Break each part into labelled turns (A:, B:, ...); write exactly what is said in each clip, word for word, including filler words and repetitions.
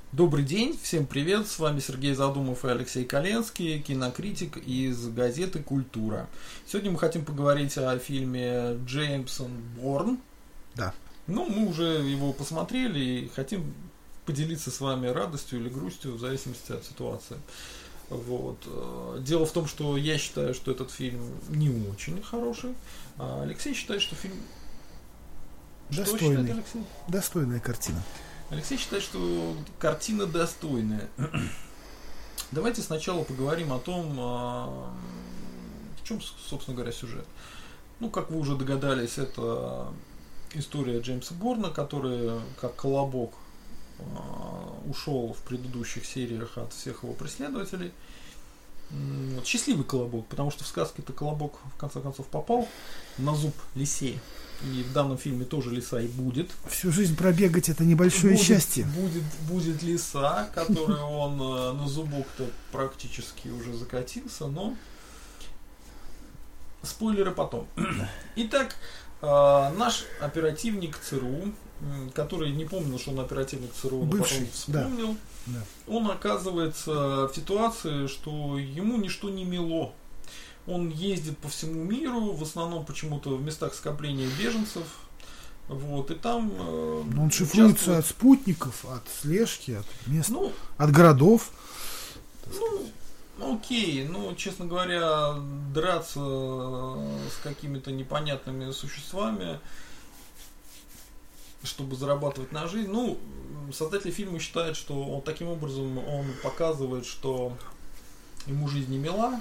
A: Добрый день, всем привет, с вами Сергей Задумов и Алексей Коленский, кинокритик из газеты «Культура». Сегодня мы хотим поговорить о фильме «Джейсон Борн».
B: Да.
A: Ну, мы уже его посмотрели и хотим поделиться с вами радостью или грустью, в зависимости от ситуации. Вот. Дело в том, что я считаю, что этот фильм не очень хороший, а Алексей считает, что фильм...
B: Достойный.
A: Что считает Алексей?
B: Достойная картина.
A: Алексей считает, что картина достойная. Давайте сначала поговорим о том, в чем, собственно говоря, сюжет. Ну, как вы уже догадались, это история Джеймса Борна, который, как колобок, ушел в предыдущих сериях от всех его преследователей. Счастливый колобок, потому что в сказке-то колобок в конце концов попал на зуб лисе. И в данном фильме тоже лиса и будет.
B: Всю жизнь пробегать — это небольшое
A: будет,
B: счастье.
A: Будет, будет лиса, которую он на зубок-то практически уже закатился, но спойлеры потом. Итак, наш оперативник ЦРУ, который не помнил, что он оперативник ЦРУ, но
B: Бывший,
A: потом вспомнил,
B: да, да.
A: Он оказывается в ситуации, что ему ничто не мило. Он ездит по всему миру, в основном почему-то в местах скопления беженцев. Вот, и там э,
B: Но он шифруется
A: участвует...
B: от спутников, от слежки, от мест,
A: ну,
B: от городов.
A: Ну, окей, ну, честно говоря, драться с какими-то непонятными существами, чтобы зарабатывать на жизнь. Ну, создатели фильма считают, что он таким образом он показывает, что ему жизнь не мила.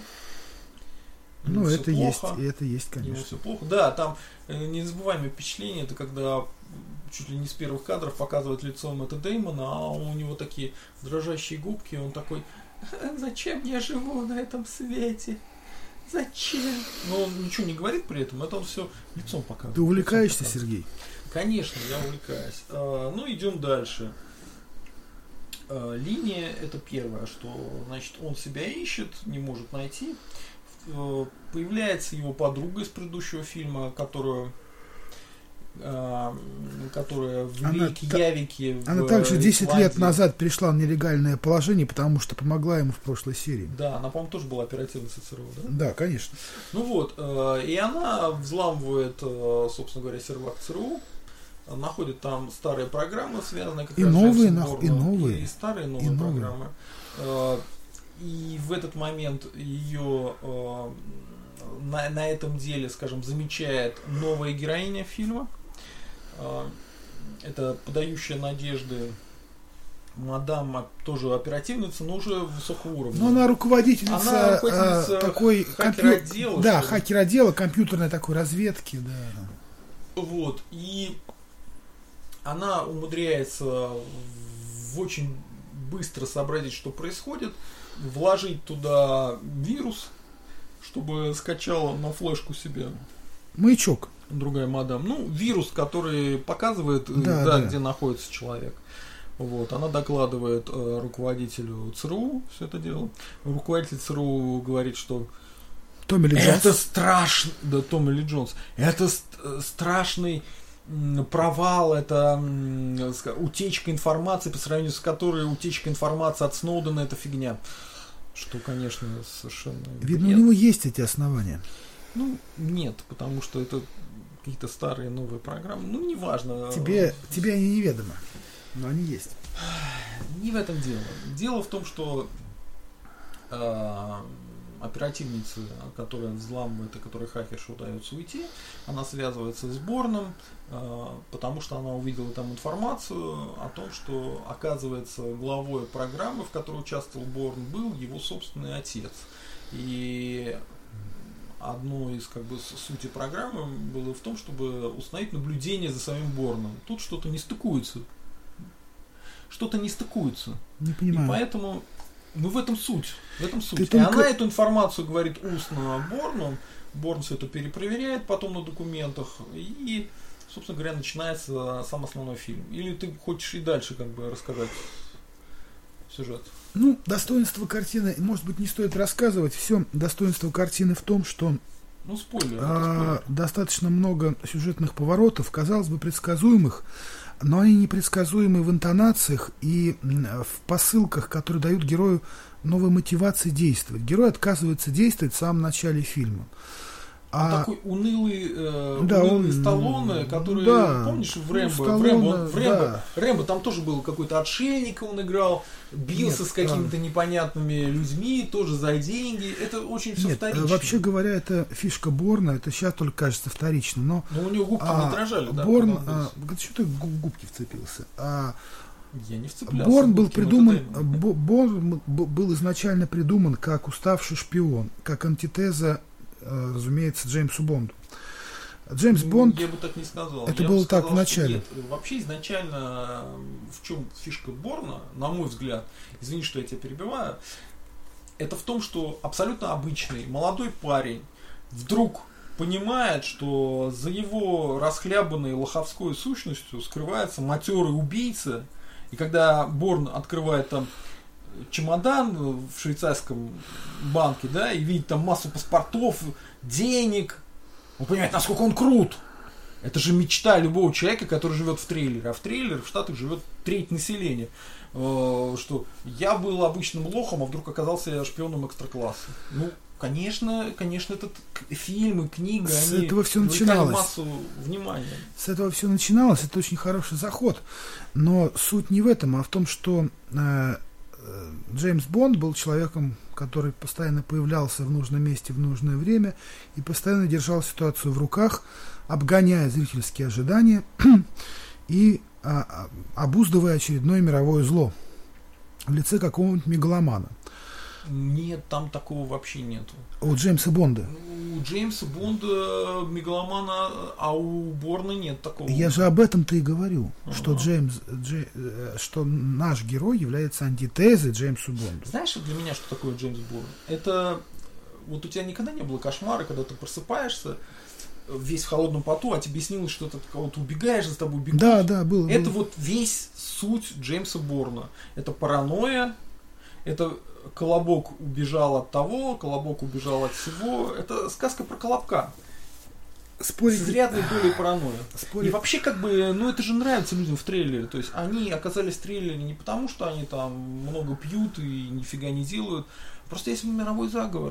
B: Ну, это есть,
A: плохо,
B: и это есть,
A: ему
B: конечно.
A: все плохо. Да, там э, незабываемое впечатление, это когда чуть ли не с первых кадров показывают лицо Мэтта Дэймона, а у него такие дрожащие губки, он такой: зачем я живу на этом свете? Зачем? Но он ничего не говорит при этом, это он все лицом показывает.
B: Ты увлекаешься, Сергей?
A: Конечно, я увлекаюсь. А, ну, идем дальше. А, линия — это первое, что, значит, он себя ищет, не может найти. Появляется его подруга из предыдущего фильма, которую, э, которая в Рейкьявике.
B: Она также десять лет назад перешла в нелегальное положение, потому что помогла ему в прошлой серии.
A: Да, она, по-моему, тоже была оперативницей ЦРУ, да?
B: Да, конечно.
A: Ну вот, э, и она взламывает, э, собственно говоря, сервак ЦРУ, находит там старые программы, связанные как
B: и
A: раз
B: новые,
A: с
B: нах- и новые,
A: и старые новые
B: и
A: программы. Новые. И в этот момент ее э, на, на этом деле, скажем, замечает новая героиня фильма. Э, это подающая надежды мадам, тоже оперативница, но уже высокого уровня.
B: Но она руководительница,
A: она руководительница
B: а, такой
A: хакер-отдела.
B: Компью... Да, хакер-отдела, компьютерной такой разведки. Да.
A: Вот. И она умудряется в очень быстро сообразить, что происходит, вложить туда вирус, чтобы скачала на флешку себе
B: маячок.
A: Другая мадам. Ну, вирус, который показывает,
B: да,
A: да,
B: да.
A: где находится человек. Вот. Она докладывает э, руководителю ЦРУ все это дело. Руководитель ЦРУ говорит, что
B: Томми Ли Джонс.
A: Это страшно. Да, Томми Ли Джонс. Это ст- страшный провал, это утечка информации, по сравнению с которой утечка информации от Сноудена — это фигня. Что, конечно, совершенно...
B: Видно,
A: нет.
B: у него есть эти основания.
A: Ну, нет, потому что это какие-то старые новые программы. Ну, неважно.
B: Тебе, тебе они неведомы, но они есть.
A: Не в этом дело. Дело в том, что э, оперативница, которая взламывает и которой хакерше удается уйти, она связывается с Борном, э, потому что она увидела там информацию о том, что, оказывается, главой программы, в которой участвовал Борн, был его собственный отец. И одно из, как бы, сути программы было в том, чтобы установить наблюдение за самим Борном. Тут что-то не стыкуется. Что-то не стыкуется.
B: Не понимаю.
A: И поэтому... Ну, в этом суть. В этом суть.
B: Ты
A: И
B: только...
A: она эту информацию говорит устно Борну. Борн все это перепроверяет потом на документах. И, собственно говоря, начинается сам основной фильм. Или ты хочешь и дальше как бы рассказать сюжет?
B: Ну, достоинство картины, может быть, не стоит рассказывать. Все достоинство картины в том, что
A: ну, спойлер,
B: а, достаточно много сюжетных поворотов, казалось бы, предсказуемых. но они непредсказуемы в интонациях и в посылках, которые дают герою новой мотивации действовать. Герой отказывается действовать в самом начале фильма.
A: А, а такой унылый, э,
B: да,
A: унылый
B: он,
A: Сталлоне, который,
B: да,
A: помнишь, в Рэмбо,
B: Сталлоне,
A: в Рэмбо, в Рэмбо,
B: да.
A: Рэмбо там тоже был какой-то отшельник, он играл, бился
B: Нет,
A: с какими-то
B: там...
A: непонятными людьми, тоже за деньги. Это очень все
B: Нет,
A: вторично.
B: Вообще говоря, это фишка Борна, это сейчас только кажется вторично, но...
A: Но у него губки
B: а,
A: не дрожали, да?
B: Борн, а, что ты в губки вцепился? А,
A: Я не вцеплялся.
B: Борн был придуман, Борн был изначально придуман как уставший шпион, как антитеза, разумеется, Джеймсу Бонду. Джеймс
A: ну,
B: Бонд...
A: Я бы так не сказал.
B: Это
A: я
B: было
A: сказал,
B: так в начале.
A: Нет, вообще изначально в чем фишка Борна, на мой взгляд, извини, что я тебя перебиваю, это в том, что абсолютно обычный молодой парень вдруг понимает, что за его расхлябанной лоховской сущностью скрывается матерый убийца, и когда Борн открывает там чемодан в швейцарском банке, да, и видит там массу паспортов, денег, он понимает, насколько он крут. Это же мечта любого человека, который живет в трейлере. А в трейлере в Штатах живет треть населения. Что я был обычным лохом, а вдруг оказался я шпионом экстра-класса. Ну, конечно, конечно, этот фильм и книга,
B: с
A: они
B: этого все начиналось.
A: Массу внимания.
B: С этого все начиналось. Это очень хороший заход. Но суть не в этом, а в том, что э, Джеймс Бонд был человеком, который постоянно появлялся в нужном месте в нужное время и постоянно держал ситуацию в руках, обгоняя зрительские ожидания и а, обуздывая очередное мировое зло в лице какого-нибудь мегаломана.
A: Нет, там такого вообще нету.
B: У Джеймса Бонда.
A: У Джеймса Бонда мегаломана, а у Борна нет такого.
B: Я же об этом-то и говорю,
A: ага.
B: что Джеймс, Джей, что наш герой является антитезой Джеймсу Бонду.
A: Знаешь, для меня что такое Джеймс Бонд? Это вот у тебя никогда не было кошмара, когда ты просыпаешься весь в холодном поту, а тебе снилось, что ты от кого-то убегаешь, за тобой бегут.
B: Да, да, было.
A: Это
B: было.
A: вот весь суть Джеймса Борна. Это паранойя, это Колобок убежал от того, Колобок убежал от всего. Это сказка про Колобка.
B: Спорить...
A: С изрядной долей паранойи.
B: Спорить...
A: И вообще, как бы, ну это же нравится людям в трейлере. То есть они оказались в трейлере не потому, что они там много пьют и нифига не делают. Просто есть мировой заговор.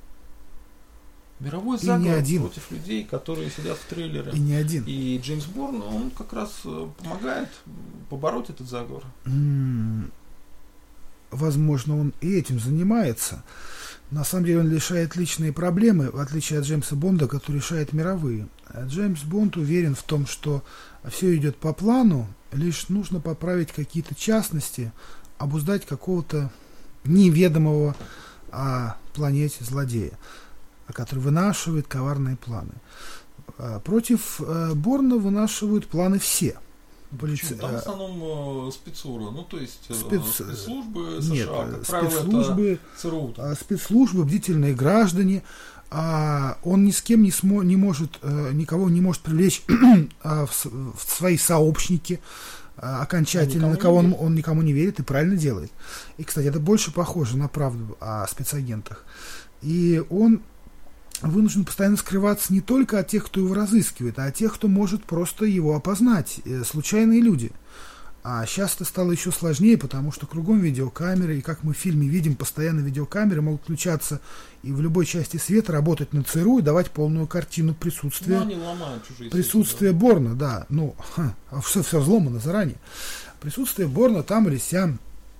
A: Мировой
B: и
A: заговор
B: один.
A: против людей, которые сидят в трейлере.
B: И не один.
A: И Джеймс Борн, он как раз помогает побороть этот заговор.
B: М-м- возможно, он и этим занимается. На самом деле он решает личные проблемы, в отличие от Джеймса Бонда, который решает мировые. А Джеймс Бонд уверен в том, что все идет по плану, лишь нужно поправить какие-то частности, обуздать какого-то неведомого о планете злодея, который вынашивает коварные планы. Против Борна вынашивают планы все.
A: Полиция... Там в основном э, спецура, ну то есть э,
B: Спец...
A: спецслужбы США,
B: Нет,
A: как правило,
B: спецслужбы,
A: это ЦРУ. Там.
B: Спецслужбы, бдительные граждане. А он ни с кем не, смо... не может, никого не может привлечь в свои сообщники окончательно, на кого он, он никому не верит и правильно делает. И, кстати, это больше похоже на правду о спецагентах. И он вынужден постоянно скрываться не только от тех, кто его разыскивает, а от тех, кто может просто его опознать, случайные люди. А сейчас это стало еще сложнее, потому что кругом видеокамеры, и как мы в фильме видим, постоянно видеокамеры могут включаться и в любой части света работать на ЦРУ и давать полную картину присутствия,
A: ну, они ломают чужие
B: присутствия
A: сети, да.
B: Борна, да, ну, ха, все, все взломано заранее. Присутствие Борна там или сям.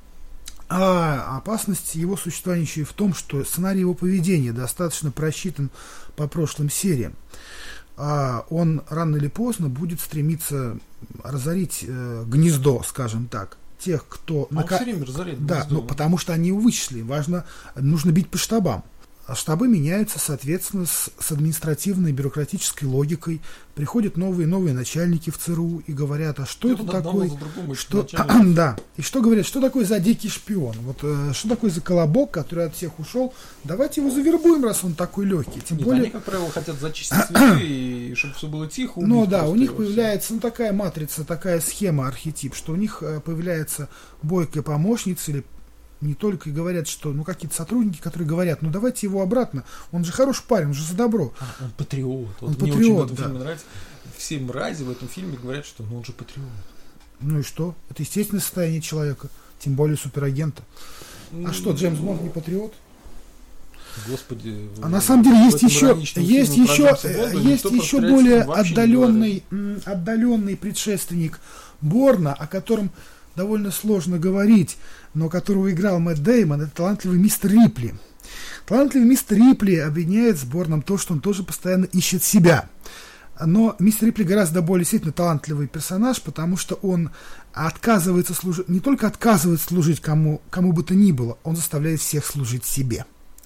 B: А опасность его существования еще и в том, что сценарий его поведения достаточно просчитан по прошлым сериям. А он рано или поздно будет стремиться разорить э, гнездо, скажем так, тех, кто...
A: А
B: нака...
A: он все время разоряет
B: да,
A: гнездо.
B: Ну, потому что они его вычислили. Важно, нужно бить по штабам. А штабы меняются, соответственно, с, с административной, бюрократической логикой. Приходят новые и новые начальники в ЦРУ и говорят, а что
A: Я
B: это такое? Что, да. И что говорят, что такое за дикий шпион? Вот э, что такое за колобок, который от всех ушел? Давайте его завербуем, раз он такой легкий. Тем
A: Нет,
B: более...
A: они, как правило, хотят зачистить следы, и чтобы все было тихо.
B: Ну да, у них появляется ну, такая матрица, такая схема, архетип, что у них э, появляется бойкая помощница или не только и говорят, что ну какие-то сотрудники, которые говорят, ну давайте его обратно, он же хороший парень, он же за добро.
A: А, он патриот.
B: Он
A: Вот мне
B: патриот,
A: очень в этом
B: да.
A: фильме нравится. Все мрази в этом фильме говорят, что ну, он же патриот.
B: Ну и что? Это естественное состояние человека, тем более суперагента. А что, Джеймс Бонд не патриот?
A: Господи.
B: А на самом деле есть еще, есть еще, есть еще более отдаленный, отдаленный предшественник Борна, о котором довольно сложно говорить, но которого играл Мэтт Дэймон, это талантливый мистер Рипли. Талантливый мистер Рипли объединяет с Борном то, что он тоже постоянно ищет себя. Но мистер Рипли гораздо более действительно талантливый персонаж, потому что он отказывается служить, не только отказывается служить кому, кому бы то ни было, он заставляет всех служить себе.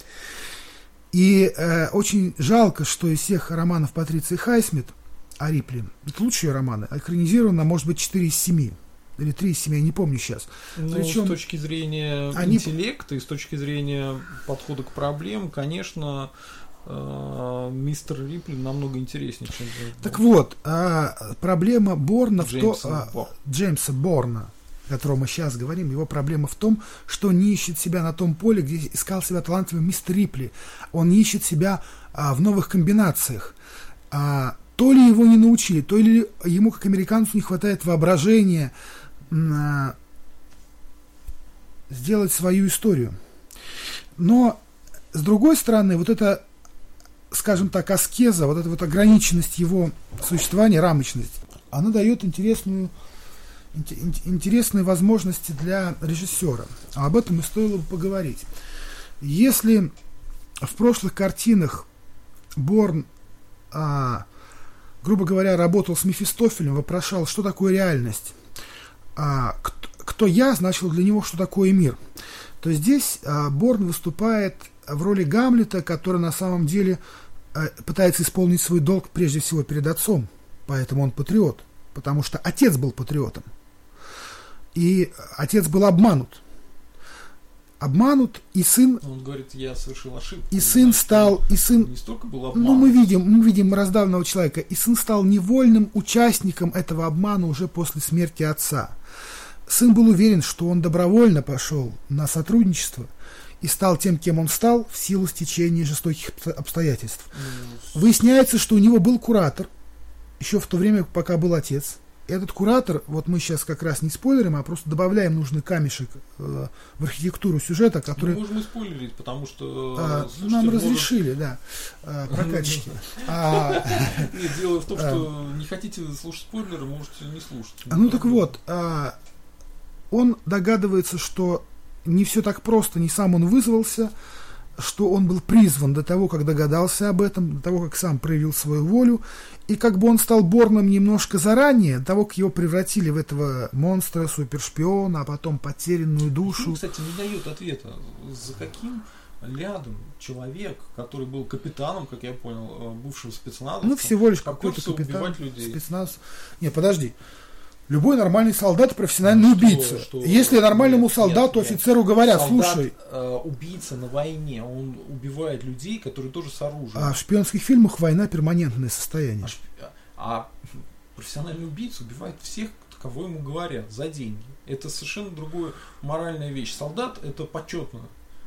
B: И э, очень жалко, что из всех романов Патриции Хайсмит о Рипли, это лучшие романы, экранизировано, может быть, четыре из семи. Или три из семи, я не помню сейчас.
A: Ну,
B: Причем
A: с точки зрения
B: они...
A: интеллекта и с точки зрения подхода к проблемам, конечно, э, мистер Рипли намного интереснее, чем Джеймс
B: Так
A: Борн.
B: вот, а, проблема Борна
A: Джеймса,
B: в то,
A: Борн.
B: а, Джеймса Борна, о котором мы сейчас говорим, его проблема в том, что он не ищет себя на том поле, где искал себя талантливый мистер Рипли. Он не ищет себя а, в новых комбинациях. А, то ли его не научили, то ли ему, как американцу, не хватает воображения а, сделать свою историю. Но, с другой стороны, вот эта, скажем так, аскеза, вот эта вот ограниченность его существования, рамочность, она дает интересную интересные возможности для режиссера. А об этом и стоило бы поговорить. Если в прошлых картинах Борн, а, грубо говоря, работал с Мефистофелем, вопрошал, что такое реальность, а, кто, кто я, значил для него, что такое мир, то здесь а, Борн выступает в роли Гамлета, который на самом деле а, пытается исполнить свой долг прежде всего перед отцом, поэтому он патриот, потому что отец был патриотом. И отец был обманут. Обманут, и сын...
A: Он говорит, я совершил ошибку.
B: И сын
A: значит,
B: стал... И сын,
A: не столько был обманут.
B: ну, мы видим, мы видим раздавленного человека. И сын стал невольным участником этого обмана уже после смерти отца. Сын был уверен, что он добровольно пошел на сотрудничество и стал тем, кем он стал, в силу стечения жестоких обстоятельств. Mm. Выясняется, что у него был куратор, еще в то время, пока был отец. Этот куратор, вот мы сейчас как раз не спойлерим, а просто добавляем нужный камешек э, в архитектуру сюжета, который...
A: Мы можем и спойлерить, потому что...
B: А, нам разрешили, может... да, а, прокатчики.
A: Нет, дело в том, что не хотите слушать спойлеры, можете не слушать.
B: Ну так вот, он догадывается, что не все так просто, не сам он вызвался, что он был призван до того, как догадался об этом, до того, как сам проявил свою волю, и как бы он стал Борном немножко заранее, до того, как его превратили в этого монстра, супершпиона, а потом потерянную душу.
A: Он, кстати, не дает ответа, за каким рядом человек, который был капитаном, как я понял, бывшего спецназа,
B: ну, всего лишь какой-то капитан, спецназ. Не, подожди. Любой нормальный солдат профессиональный ну, убийца. Что, Если нормальному нет, солдату, нет, офицеру говорят, солдат, слушай...
A: Э, убийца на войне, он убивает людей, которые тоже с оружием.
B: А в шпионских фильмах война перманентное состояние.
A: А, шп... а профессиональный убийца убивает всех, кого ему говорят, за деньги. Это совершенно другая моральная вещь. Солдат это почетно.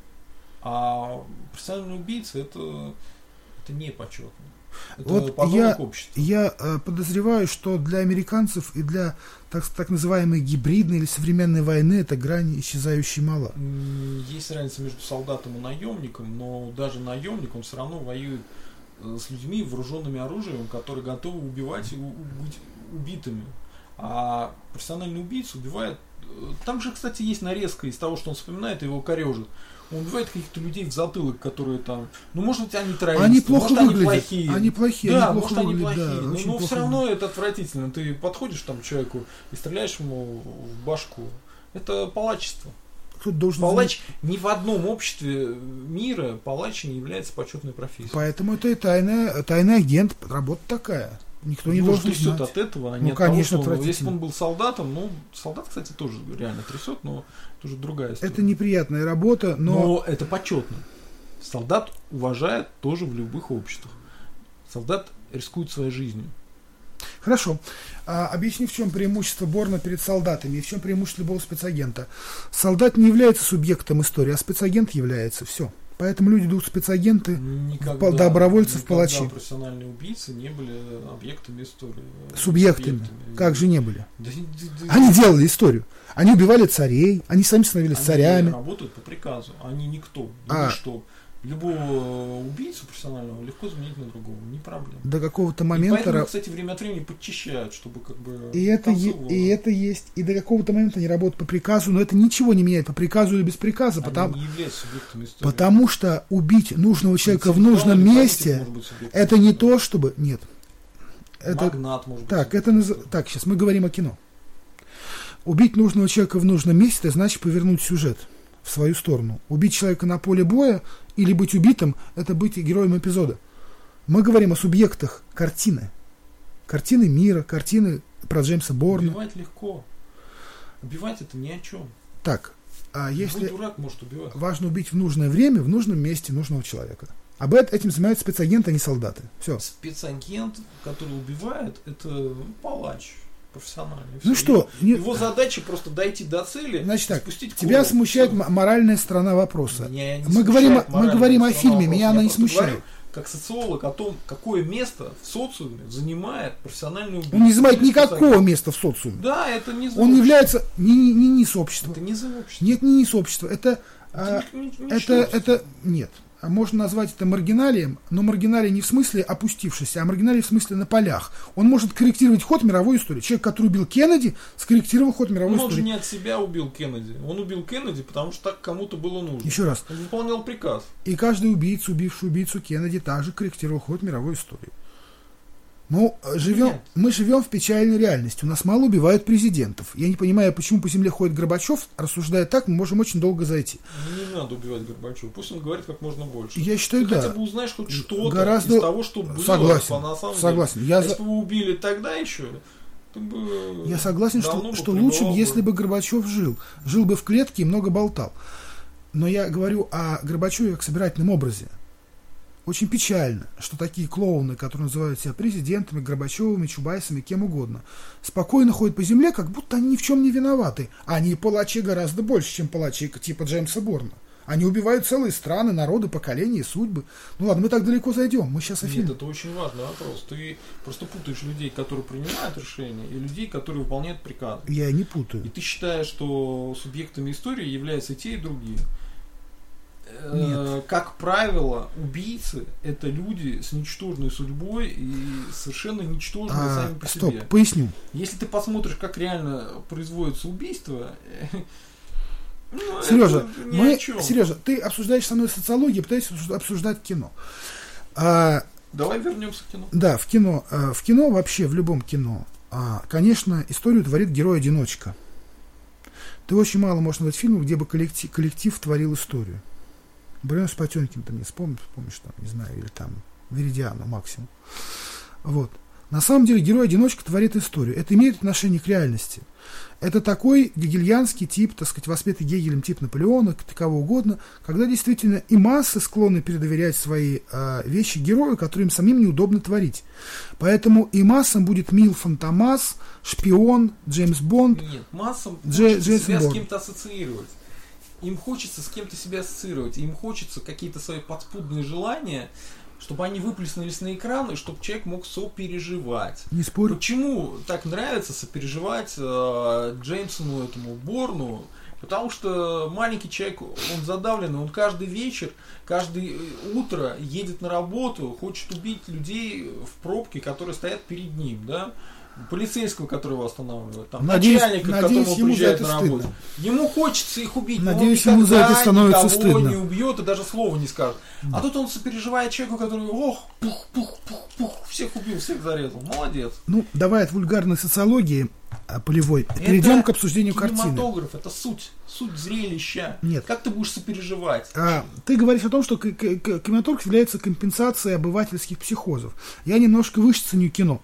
A: А профессиональный убийца это, это не почетно. Это
B: вот я, я э, подозреваю, что для американцев и для так, так называемой гибридной или современной войны эта грань исчезающей мала.
A: Есть разница между солдатом и наемником, но даже наемник, он все равно воюет с людьми, вооруженными оружием, которые готовы убивать и быть убитыми. А профессиональный убийца убивает... Там же, кстати, есть нарезка из того, что он вспоминает, и его корежит. Он убивает каких-то людей в затылок, которые там... Ну, может быть, они террористы,
B: они плохо
A: может,
B: выглядят.
A: они плохие.
B: Они плохие,
A: да,
B: они
A: может,
B: плохо
A: они
B: выглядят,
A: плохие.
B: да,
A: но но все равно
B: выглядят.
A: это отвратительно. Ты подходишь там к человеку и стреляешь ему в башку. Это палачество.
B: Кто-то должен
A: Палач знать. Ни в одном обществе мира палач не является почетной профессией.
B: Поэтому это и тайный, тайный агент, работа такая. Никто не
A: Его
B: должен
A: трясет
B: знать.
A: от этого, а
B: ну,
A: не от
B: конечно,
A: того, что он, если бы он был солдатом, ну, солдат, кстати, тоже реально трясет, но тоже другая история.
B: Это неприятная работа, но...
A: Но это почетно. Солдат уважает тоже в любых обществах. Солдат рискует своей жизнью.
B: Хорошо. А, объясни, в чем преимущество Борна перед солдатами и в чем преимущество любого спецагента. Солдат не является субъектом истории, а спецагент является. Все. Поэтому люди идут спецагенты,
A: никогда,
B: добровольцы в
A: никогда
B: палачи.
A: профессиональные убийцы не были объектами истории.
B: Субъектами.
A: Субъектами.
B: Как же не были?
A: Да, да, да,
B: они делали историю. Они убивали царей, они сами становились
A: они
B: царями.
A: Они работают по приказу, они никто,
B: А.
A: ничто. Любого убийцу профессионального легко заменить на другого, не проблема.
B: До какого-то
A: И
B: момента...
A: поэтому, кстати, время от времени подчищают, чтобы как бы...
B: И это, е- и это есть. И до какого-то момента они работают по приказу, но это ничего не меняет по приказу или без приказа.
A: Они
B: Потому,
A: не являются субъектами истории.
B: потому что убить нужного человека в нужном месте, это не то, чтобы... Нет. Это,
A: Магнат, может быть.
B: так, это наз... так, сейчас мы говорим о кино. Убить нужного человека в нужном месте, это значит повернуть сюжет в свою сторону. Убить человека на поле боя или быть убитым, это быть героем эпизода. Мы говорим о субъектах картины. Картины мира, картины про Джеймса Борна.
A: Убивать легко. Убивать это ни о чем.
B: Так, а если
A: Любой дурак может убивать.
B: важно убить в нужное время, в нужном месте нужного человека. Об этом этим занимаются спецагенты, а не солдаты. Все.
A: Спецагент, который убивает, это палач. Профессиональный.
B: Ну
A: Все.
B: что, не...
A: Его задача просто дойти до цели.
B: Значит так,
A: спустить
B: тебя
A: курок.
B: смущает
A: Все.
B: м- моральная сторона вопроса.
A: Меня не
B: Мы говорим, о- мы
A: моральная
B: говорим о
A: сторона
B: фильме,
A: вопроса.
B: меня она
A: Я
B: не
A: просто
B: смущает.
A: говорю, как социолог, о том, какое место в социуме занимает профессиональный убийца.
B: Он не занимает
A: Или
B: никакого
A: спецагент.
B: места в социуме.
A: Да, это не за
B: Он
A: общество.
B: является не, не, не низ общества.
A: Это не за общество.
B: Нет, не низ общества. Это, а,
A: Это, ни- ни-
B: это,
A: ничтожество.
B: это, нет. А можно назвать это маргиналием, но маргиналия не в смысле опустившийся, а маргиналия в смысле на полях. Он может корректировать ход мировой истории. Человек, который убил Кеннеди, скорректировал ход мировой
A: Ну, он же
B: истории.
A: не от себя убил Кеннеди. Он убил Кеннеди, потому что так кому-то было нужно.
B: Еще раз.
A: Он выполнял приказ.
B: И каждый убийца, убивший убийцу Кеннеди, также корректировал ход мировой истории. Ну, живем,
A: Нет.
B: мы живем в печальной реальности. У нас мало убивают президентов. Я не понимаю, почему по земле ходит Горбачев. Рассуждая так, мы можем очень долго зайти.
A: Не надо убивать Горбачева. Пусть он говорит как можно больше.
B: Я считаю,
A: Ты
B: да.
A: хотя бы узнаешь хоть что-то
B: Гораздо-
A: из того, что было.
B: Согласен.
A: по- на самом
B: Согласен.
A: деле.
B: Я
A: А
B: за-
A: Если бы вы убили тогда еще, ты бы
B: Я согласен,
A: давно
B: что,
A: бы
B: что
A: предавал
B: лучше,
A: бы.
B: если бы Горбачев жил. Жил бы в клетке и много болтал. Но я говорю о Горбачеве как собирательном образе. Очень печально, что такие клоуны, которые называют себя президентами, Горбачевыми, Чубайсами, кем угодно, спокойно ходят по земле, как будто они ни в чем не виноваты. А они палачи гораздо больше, чем палачи типа Джеймса Борна. Они убивают целые страны, народы, поколения, судьбы. Ну ладно, мы так далеко зайдем. Мы сейчас о
A: Нет,
B: фильме.
A: это очень важный вопрос. Ты просто путаешь людей, которые принимают решения, и людей, которые выполняют приказы.
B: Я не
A: И
B: путаю.
A: ты считаешь, что субъектами истории являются и те, и другие. Э,
B: Нет.
A: Как правило, убийцы — это люди с ничтожной судьбой и совершенно ничтожные
B: А,
A: сами по
B: стоп,
A: себе.
B: поясню.
A: Если ты посмотришь, как реально производится убийство, ну,
B: Сережа,
A: это ни
B: мы,
A: о чем.
B: Сережа, ты обсуждаешь со мной социологию, пытаешься обсуж- обсуждать кино. А,
A: Давай вернемся к кино.
B: да, в кино, а, в кино вообще, в любом кино, а, конечно, историю творит герой-одиночка. Ты очень мало можешь назвать фильмов, где бы коллектив, коллектив творил историю. Брюс Потемкин, ты мне вспомнишь, помнишь, там, не знаю, или там Веридиана максимум. Вот. На самом деле герой-одиночка творит историю. Это имеет отношение к реальности. Это такой гегельянский тип, так сказать, воспетый Гегелем тип Наполеона, кого угодно, когда действительно и массы склонны передоверять свои э, вещи герою, которые им самим неудобно творить. Поэтому и массам будет мил Фантомас, Шпион, Джеймс Бонд.
A: Нет, массам
B: Дже-
A: хочется
B: Джейсон
A: себя
B: Борн.
A: с кем-то ассоциировать. Им хочется с кем-то себя ассоциировать. Им хочется какие-то свои подспудные желания, чтобы они выплеснулись на экран, и чтобы человек мог сопереживать.
B: Не спорю.
A: Почему так нравится сопереживать э, Джеймсону этому Борну? Потому что маленький человек, он задавленный, он каждый вечер, каждое утро едет на работу, хочет убить людей в пробке, которые стоят перед ним, да? Полицейского, который его останавливает, там,
B: Надеюсь-
A: начальника, к
B: надеюсь,
A: которому
B: ему за
A: приезжает
B: это
A: на работу.
B: стыдно.
A: Ему хочется их убить,
B: Надеюсь,
A: но он
B: ему за
A: никогда
B: это становится
A: никого
B: стыдно.
A: не убьет и даже слова не скажет. А тут он сопереживает человеку, который, ох, пух, пух, пух, пух, всех убил, всех зарезал. Молодец.
B: Ну, давай от вульгарной социологии а, полевой перейдем
A: Это
B: к обсуждению картины.
A: кинематограф, это суть, суть зрелища.
B: Нет.
A: Как ты будешь сопереживать?
B: А, ты говоришь о том, что к- к- к- кинематограф является компенсацией обывательских психозов. Я немножко выше ценю кино.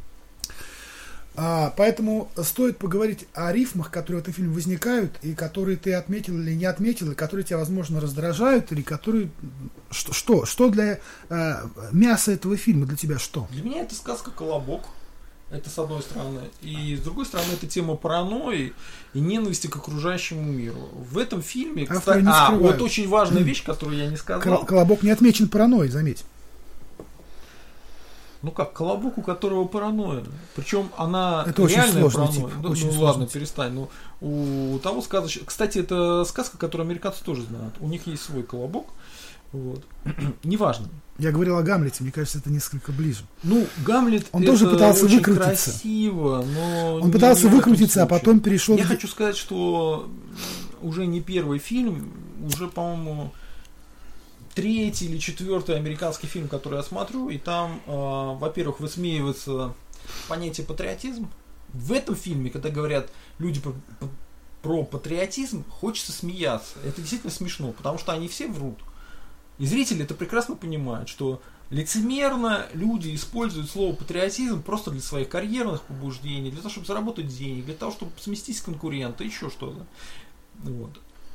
B: А, поэтому стоит поговорить о рифмах, которые в этом фильме возникают, и которые ты отметил или не отметил, и которые тебя, возможно, раздражают, или которые... Что, что, что для э, мяса этого фильма для тебя что?
A: Для меня это сказка «Колобок». Это с одной стороны. И с другой стороны, это тема паранойи и ненависти к окружающему миру. В этом фильме, кстати, а, вот очень важная вещь, которую я не сказал.
B: Колобок не отмечен паранойей, заметь.
A: Ну как, Колобок, у которого паранойя. Причем она
B: это
A: реальная
B: очень
A: паранойя.
B: Тип,
A: ну,
B: очень
A: ну ладно, перестань. Ну, у того сказочного... Кстати, это сказка, которую американцы тоже знают. У них есть свой Колобок. Вот. Неважно.
B: Я говорил о Гамлете, мне кажется, это несколько ближе.
A: Ну, Гамлет
B: он тоже пытался
A: очень
B: выкрутиться.
A: Красиво, но
B: он пытался выкрутиться, а потом перешел.
A: Я хочу сказать, что уже не первый фильм, уже, по-моему, третий или четвертый американский фильм, который я смотрю, и там, э, во-первых, высмеивается понятие патриотизм. В этом фильме, когда говорят люди про, про патриотизм, хочется смеяться. Это действительно смешно, потому что они все врут. И зрители это прекрасно понимают, что лицемерно люди используют слово патриотизм просто для своих карьерных побуждений, для того, чтобы заработать денег, для того, чтобы сместить конкурента, еще что-то. Вот.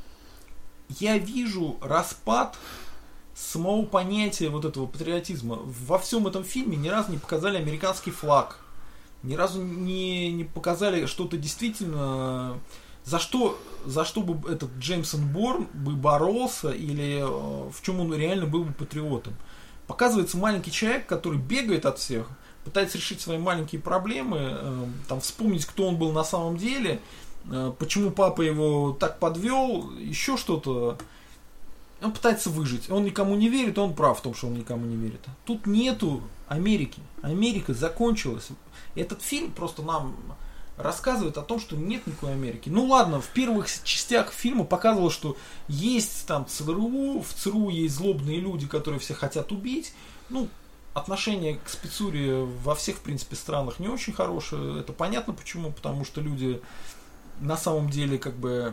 A: Я вижу распад самого понятия вот этого патриотизма. Во всем этом фильме ни разу не показали американский флаг, ни разу не, не показали что-то действительно... За что, за что бы этот Джеймсон Борн бы боролся или э, в чем он реально был бы патриотом. Показывается маленький человек, который бегает от всех, пытается решить свои маленькие проблемы, э, там, вспомнить, кто он был на самом деле, э, почему папа его так подвел, еще что-то. Он пытается выжить. Он никому не верит, он прав в том, что он никому не верит. Тут нету Америки. Америка закончилась. Этот фильм просто нам... рассказывает о том, что нет никакой Америки. Ну ладно, в первых частях фильма показывалось, что есть там ЦРУ, в ЦРУ есть злобные люди, которые все хотят убить. Ну, отношение к спецуре во всех, в принципе, странах не очень хорошее. Это понятно почему, потому что люди на самом деле как бы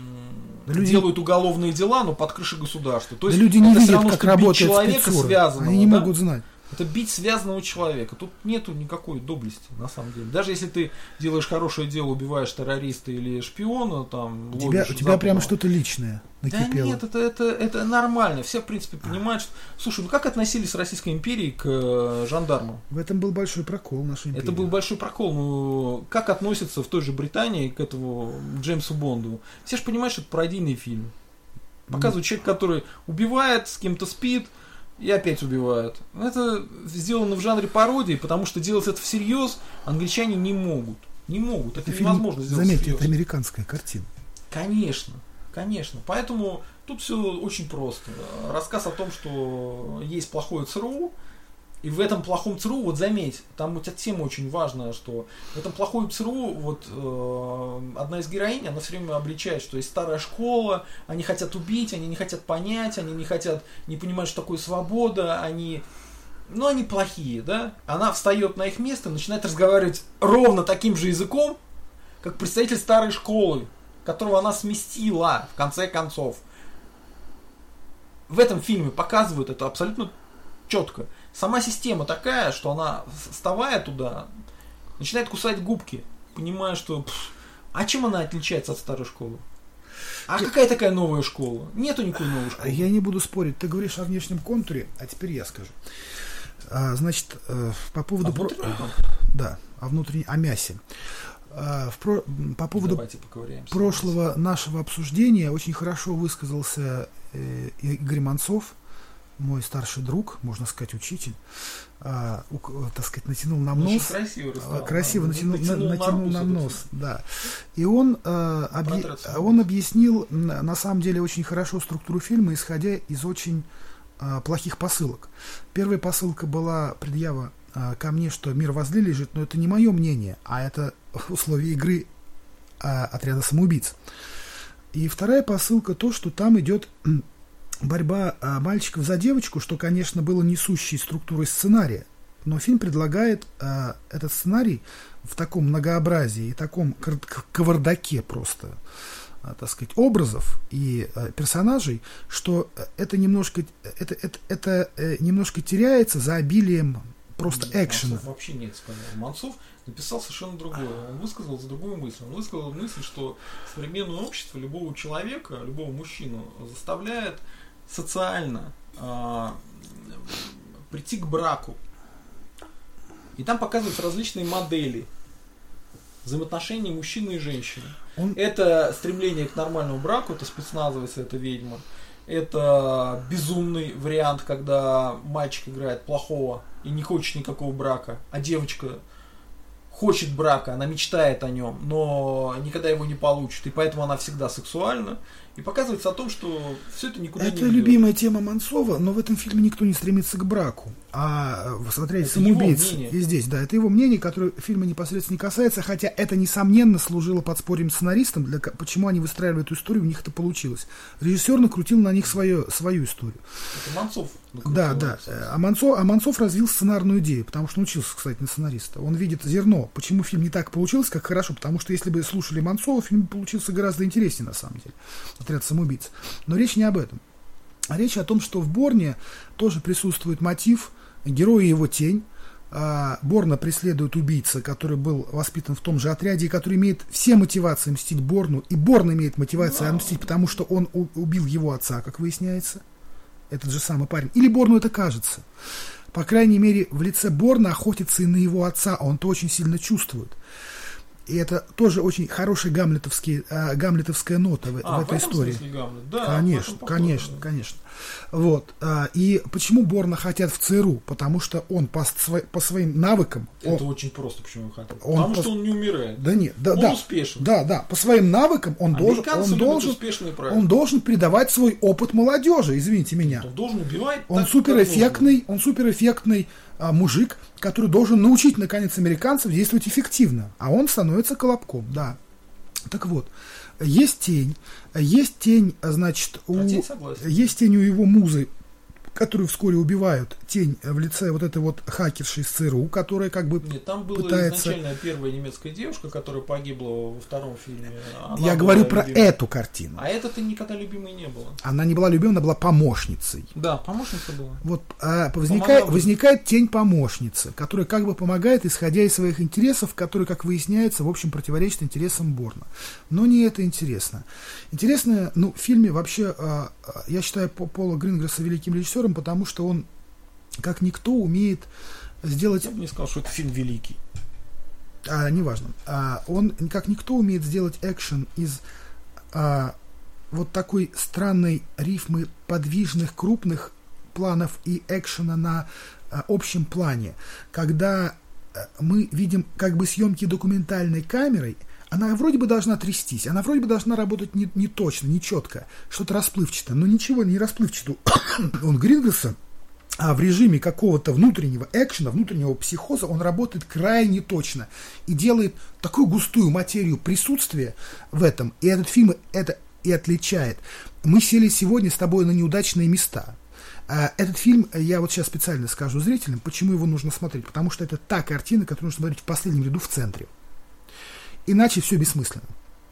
A: да люди... делают уголовные дела, но под крышей государства. То
B: да
A: есть
B: люди не
A: это
B: видят,
A: все равно,
B: как
A: что бить человека
B: спецура.
A: связанного.
B: Они не
A: да?
B: могут знать.
A: Это бить связанного человека. Тут нету никакой доблести, на самом деле. Даже если ты делаешь хорошее дело, убиваешь террориста или шпиона, там,
B: у тебя, у тебя прям что-то личное накипело.
A: Да нет, это, это, это нормально. Все, в принципе, понимают, что... Слушай, ну как относились Российской империи к э, жандармам?
B: В этом был большой прокол нашей империи.
A: Это был большой прокол. Ну, как относятся в той же Британии к этому Джеймсу Бонду? Все же понимают, что это пародийный фильм. Показывают mm. человек, который убивает, с кем-то спит, и опять убивают. Это сделано в жанре пародии, потому что делать это всерьез англичане не могут. Не могут. Это, это невозможно
B: фильм,
A: сделать
B: заметьте,
A: всерьез.
B: это американская картина.
A: Конечно, конечно. Поэтому тут все очень просто. Рассказ о том, что есть плохое ЦРУ, и в этом плохом ЦРУ, вот заметь, там вот эта тема очень важная, что в этом плохом ЦРУ, вот э, одна из героинь, она все время обличает, что есть старая школа, они хотят убить, они не хотят понять, они не хотят, не понимают, что такое свобода, они, ну, они плохие, да? Она встает на их место, начинает разговаривать ровно таким же языком, как представитель старой школы, которого она сместила, в конце концов. В этом фильме показывают это абсолютно четко. Сама система такая, что она, вставая туда, начинает кусать губки, понимая, что... Пфф, а чем она отличается от старой школы? А какая такая новая школа? Нету никакой новой школы.
B: Я не буду спорить. Ты говоришь о внешнем контуре, а теперь я скажу. А, значит, по поводу...
A: А про...
B: Да, о внутреннем, о мясе. А, в про... По поводу прошлого нашего обсуждения очень хорошо высказался э, Игорь Манцов, мой старший друг, можно сказать, учитель, а, у, так сказать, натянул нам нос.
A: Красиво,
B: а, красиво да, натянул, натянул, на, натянул нам нос. Да. И он, а, объ... он объяснил, на самом деле, очень хорошо структуру фильма, исходя из очень а, плохих посылок. Первая посылка была предъява а, ко мне, что мир возле лежит, но это не мое мнение, а это условия игры а, отряда самоубийц. И вторая посылка то, что там идет борьба а, мальчиков за девочку, что, конечно, было несущей структурой сценария, но фильм предлагает а, этот сценарий в таком многообразии и таком кавардаке просто, а, так сказать, образов и а, персонажей, что это немножко, это, это, это э, немножко теряется за обилием просто нет, экшена.
A: Манцов вообще нет, сказал. Манцов написал совершенно другое. Он высказал за другую мысль. Он высказал мысль, что современное общество любого человека, любого мужчину заставляет социально э, прийти к браку. И там показываются различные модели взаимоотношений мужчины и женщины.
B: Он...
A: Это стремление к нормальному браку, это спецназовец, это ведьма. Это безумный вариант, когда мальчик играет плохого и не хочет никакого брака, а девочка хочет брака, она мечтает о нем, но никогда его не получит, и поэтому она всегда сексуальна. И показывается о том, что все это никуда
B: это
A: не ведет.
B: Это любимая тема Манцова, но в этом фильме никто не стремится к браку. А смотреть «Самоубийц» и здесь, да, это его мнение, которое фильма непосредственно не касается, хотя это, несомненно, служило подспорьем сценаристам, для, почему они выстраивали эту историю, у них это получилось. Режиссер накрутил на них свое, свою историю.
A: Это Манцов накрутил.
B: Да, да. А Манцов, а Манцов развил сценарную идею, потому что научился, кстати, на сценариста. Он видит зерно. Почему фильм не так получился, как хорошо? Потому что если бы слушали Манцова, фильм получился гораздо интереснее, на самом деле. «Отряд самоубийц». Но речь не об этом. А речь о том, что в Борне тоже присутствует мотив, герой и его тень. Борна преследует убийца, который был воспитан в том же отряде, и который имеет все мотивации мстить Борну. И Борн имеет мотивацию мстить, потому что он убил его отца, как выясняется. Этот же самый парень. Или Борну это кажется. По крайней мере, в лице Борна охотится и на его отца, а он это очень сильно чувствует. И это тоже очень хорошая гамлетовская, э, гамлетовская нота в,
A: а,
B: в этой
A: в этом
B: истории.
A: Гамлет? Да,
B: конечно, конечно, конечно. Вот. А, и почему Борна хотят в ЦРУ? Потому что он по, сво, по своим навыкам...
A: Это
B: он,
A: очень просто, почему его хотят.
B: Он
A: Потому
B: по,
A: что он не умирает.
B: Да нет, да,
A: он
B: да,
A: успешен.
B: Да, да, по своим навыкам он должен, он должен, он должен передавать свой опыт молодежи, извините меня.
A: Он должен убивать.
B: Он суперэффектный, он суперэффектный а, мужик, который должен научить, наконец, американцев действовать эффективно. А он становится колобком, да. Так вот, есть тень, есть тень, значит, у, есть тень у его музы, которую вскоре убивают, тень в лице вот этой вот хакерши из ЦРУ, которая как бы
A: Нет, там была
B: пытается...
A: изначально первая немецкая девушка, которая погибла во втором фильме. Она
B: Я говорю про любимой. Эту картину.
A: А эта-то никогда любимой не была.
B: Она не была любимой, она была помощницей.
A: Да, помощница была.
B: Вот а, возникает, возникает тень помощницы, которая как бы помогает, исходя из своих интересов, которые, как выясняется, в общем, противоречат интересам Борна. Но не это интересно. Интересно, ну, в фильме вообще, а, я считаю Пола Гринграсса великим режиссером, потому что он, как никто, умеет сделать...
A: Я бы не сказал, что это фильм великий.
B: А, неважно. А, он, как никто, умеет сделать экшен из а, вот такой странной рифмы подвижных, крупных планов и экшена на а, общем плане. Когда а, мы видим как бы съемки документальной камерой, она вроде бы должна трястись, она вроде бы должна работать не, не точно, не четко, что-то расплывчато, но ничего не расплывчато. Он Гринграсса, а в режиме какого-то внутреннего экшена, внутреннего психоза, он работает крайне точно и делает такую густую материю присутствия в этом, и этот фильм это и отличает. Мы сели сегодня с тобой на неудачные места. Этот фильм, я вот сейчас специально скажу зрителям, почему его нужно смотреть, потому что это та картина, которую нужно смотреть в последнем ряду в центре. Иначе все бессмысленно.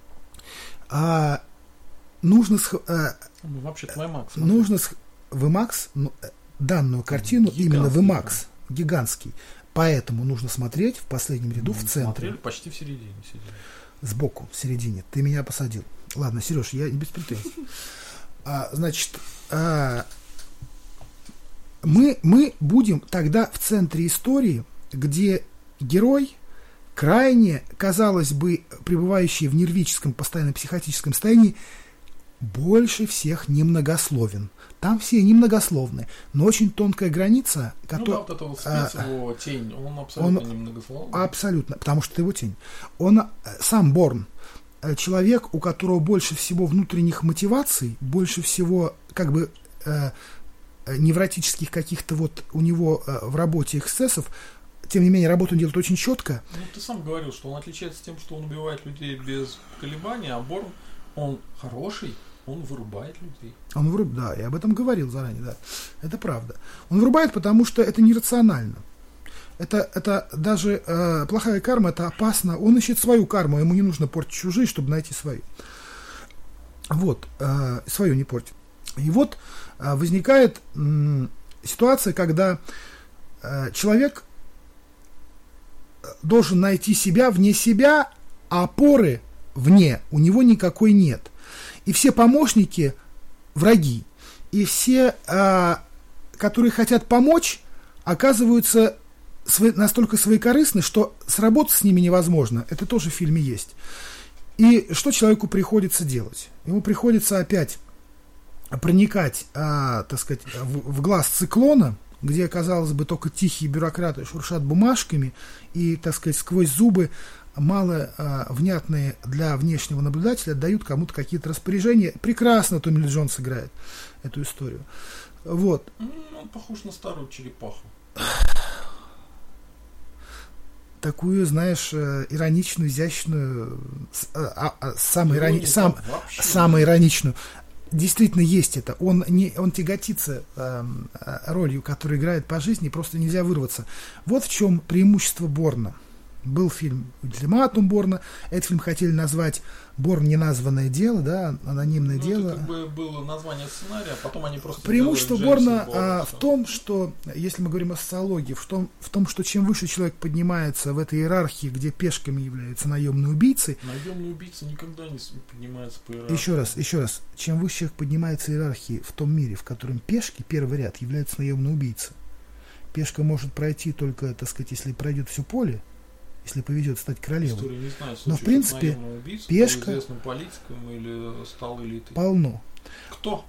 B: А, нужно... А,
A: ну, вообще-то в IMAX.
B: Нужно... В IMAX, ну, данную картину гигантский, именно в IMAX. Да. Гигантский. Поэтому нужно смотреть в последнем ряду Мы в центре.
A: Смотрели почти в середине. Сидели.
B: Сбоку, в середине. Ты меня посадил. Ладно, Сереж, я без претензий. А, значит, а, мы, мы будем тогда в центре истории, где герой... крайне, казалось бы, пребывающий в нервическом, постоянно психотическом состоянии, больше всех немногословен. Там все немногословны, но очень тонкая граница, которая...
A: Ну да, вот это вот спец, а, его тень, он абсолютно он, немногословный.
B: Абсолютно, потому что это его тень. Он сам Борн, человек, у которого больше всего внутренних мотиваций, больше всего, как бы, э, невротических каких-то вот у него э, в работе эксцессов. Тем не менее, работу он делает очень четко.
A: Ну, ты сам говорил, что он отличается тем, что он убивает людей без колебаний, а Борн, он хороший, он вырубает людей.
B: Он вырубает, да, я об этом говорил заранее, да. Это правда. Он вырубает, потому что это нерационально. Это, это даже э, плохая карма, это опасно. Он ищет свою карму, ему не нужно портить чужие, чтобы найти свою. Вот, э, свою не портить. И вот э, возникает э, ситуация, когда э, человек должен найти себя вне себя, а опоры вне у него никакой нет. И все помощники враги. И все, а, которые хотят помочь, оказываются свои, настолько своекорыстны, что сработать с ними невозможно. Это тоже в фильме есть. И что человеку приходится делать? Ему приходится опять проникать, а, так сказать, в, в глаз циклона, где, казалось бы, только тихие бюрократы шуршат бумажками и, так сказать, сквозь зубы мало а, внятные для внешнего наблюдателя дают кому-то какие-то распоряжения. Прекрасно Томми Ли Джонс играет эту историю. Вот.
A: Он похож на старую черепаху.
B: Такую, знаешь, ироничную, изящную, а, а, самую ирони... сам, самую ироничную. Действительно есть это. Он, не, он тяготится э, ролью, которую играет по жизни, просто нельзя вырваться. Вот в чем преимущество Борна. Был фильм «Ультиматум Борна». Этот фильм хотели назвать «Борн. Неназванное дело», да, анонимное
A: ну,
B: дело.
A: Это как бы было название сценария, а потом они просто...
B: Преимущество Борна а, в том, что, если мы говорим о социологии, в том, в том, что чем выше человек поднимается в этой иерархии, где пешками является наемный убийца...
A: Наемный убийца никогда не поднимается по иерархии.
B: Еще раз, еще раз. Чем выше человек поднимается в иерархии в том мире, в котором пешки, первый ряд, являются наемным убийцей. Пешка может пройти только, так сказать, если пройдет все поле, если повезет стать королевой.
A: Не знаю,
B: но в принципе
A: убийцу,
B: пешка
A: известным политиком или стал элитой.
B: Полно.
A: Кто?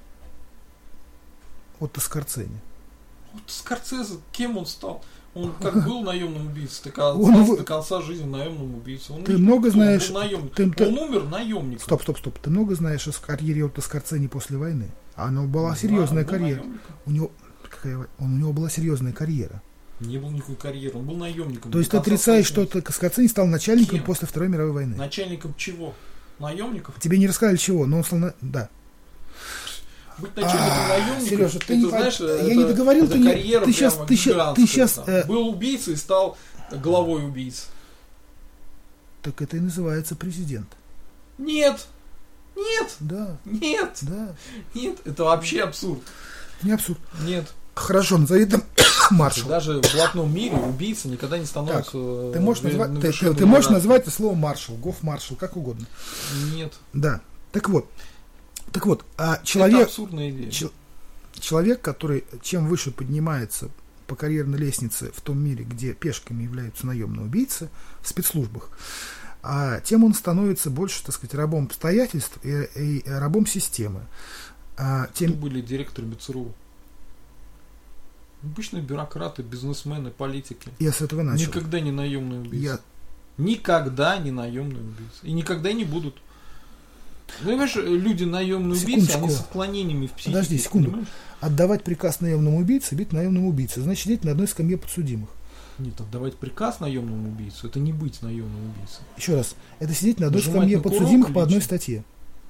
B: Отто Скорцени.
A: Отто Скорцезе, кем он стал? Он как был наемным убийцей, так и
B: он
A: остался
B: в...
A: до конца жизни наемным убийцей. Он
B: ты
A: не...
B: много
A: Кто?
B: знаешь.
A: Он,
B: ты, ты...
A: он умер наемником.
B: Стоп, стоп, стоп. Ты много знаешь о карьере Отто Скорцени после войны? Она была серьезная
A: да,
B: карьера. У него какая... он, у него была серьезная карьера.
A: Не было никакой карьеры, он был наемником.
B: То есть ты отрицаешь, что Скорцени стал начальником
A: Кем?
B: После Второй мировой войны?
A: Начальником чего? Наемников?
B: Тебе не рассказали чего, но он стал... На... Да.
A: Быть начальником а, наемников,
B: Сережа, ты
A: это,
B: не...
A: знаешь,
B: я
A: это,
B: не договорил,
A: это
B: ты,
A: карьера
B: ты сейчас, ты сейчас, ты сейчас э...
A: был убийцей и стал главой убийц.
B: Так это и называется президент.
A: Нет, нет,
B: да,
A: нет,
B: да,
A: нет, это вообще абсурд.
B: Не абсурд.
A: Нет.
B: Хорошо, назови там маршал.
A: Даже в блатном мире убийца никогда не становится...
B: Так, ты можешь, назвать, ты, ты, ты можешь назвать это слово маршал, гофмаршал, как угодно.
A: Нет.
B: Да. Так вот. Так вот, а человек...
A: Это абсурдная идея.
B: Ч, человек, который чем выше поднимается по карьерной лестнице в том мире, где пешками являются наемные убийцы в спецслужбах, а тем он становится больше, так сказать, рабом обстоятельств и, и рабом системы. А, тем...
A: Кто были директорами ЦРУ? Обычные бюрократы, бизнесмены, политики.
B: Я с этого начал.
A: Никогда не наемные убийцы.
B: Я...
A: Никогда не наемные убийцы. И никогда не будут. Ну, понимаешь, люди наемные убийцы, они с отклонениями в психике.
B: Подожди, секунду.
A: Понимаешь?
B: Отдавать приказ наемному убийце, бить наемному убийце. Значит, сидеть на одной скамье подсудимых.
A: Нет, отдавать приказ наемному убийцу, это не быть наемным убийцей.
B: Еще раз. Это сидеть на одной
A: Нажимать
B: скамье
A: на
B: подсудимых по одной
A: лично.
B: статье.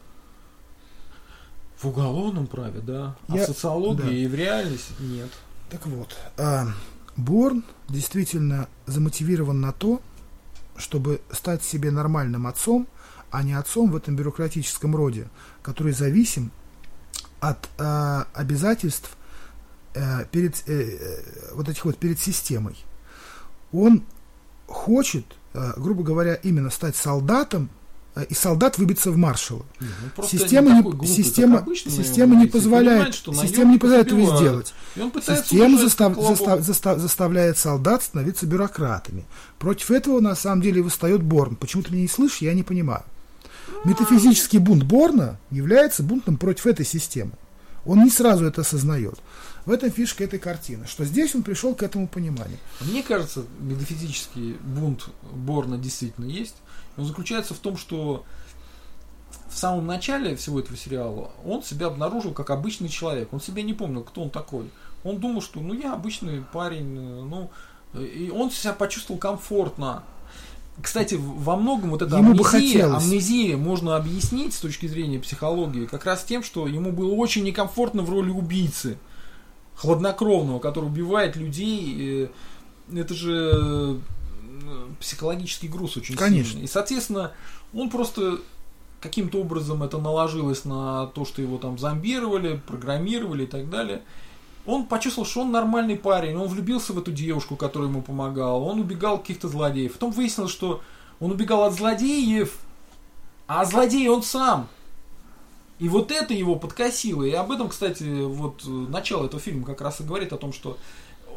A: В уголовном праве, да. А
B: Я...
A: в социологии
B: да.
A: и в реальности нет.
B: Так вот, а, Борн действительно замотивирован на то, чтобы стать себе нормальным отцом, а не отцом в этом бюрократическом роде, который зависим от а, обязательств а, перед, э, вот этих вот перед системой. Он хочет, а, грубо говоря, именно стать солдатом, и солдат выбиться в маршалы.
A: Нет, ну
B: система не, глупый, система, система не позволяет, система не позволяет этого сделать. Система застав, застав, застав, заставляет солдат становиться бюрократами. Против этого на самом деле восстает Борн. Почему ты меня не слышишь, я не понимаю. Метафизический бунт Борна является бунтом против этой системы. Он не сразу это осознает. В этом фишка этой картины, что здесь он пришел к этому пониманию.
A: Мне кажется, метафизический бунт Борна действительно есть. Он заключается в том, что в самом начале всего этого сериала он себя обнаружил как обычный человек. Он себя не помнил, кто он такой. Он думал, что ну я обычный парень, ну, и он себя почувствовал комфортно. Кстати, во многом вот эта
B: ему
A: амнезия, амнезия можно объяснить с точки зрения психологии как раз тем, что ему было очень некомфортно в роли убийцы, хладнокровного, который убивает людей. Это же психологический груз очень
B: Конечно.
A: сильный. И, соответственно, он просто каким-то образом это наложилось на то, что его там зомбировали, программировали и так далее. Он почувствовал, что он нормальный парень, он влюбился в эту девушку, которая ему помогала, он убегал от каких-то злодеев. Потом выяснилось, что он убегал от злодеев, а злодей он сам. И вот это его подкосило. И об этом, кстати, вот начало этого фильма как раз и говорит о том, что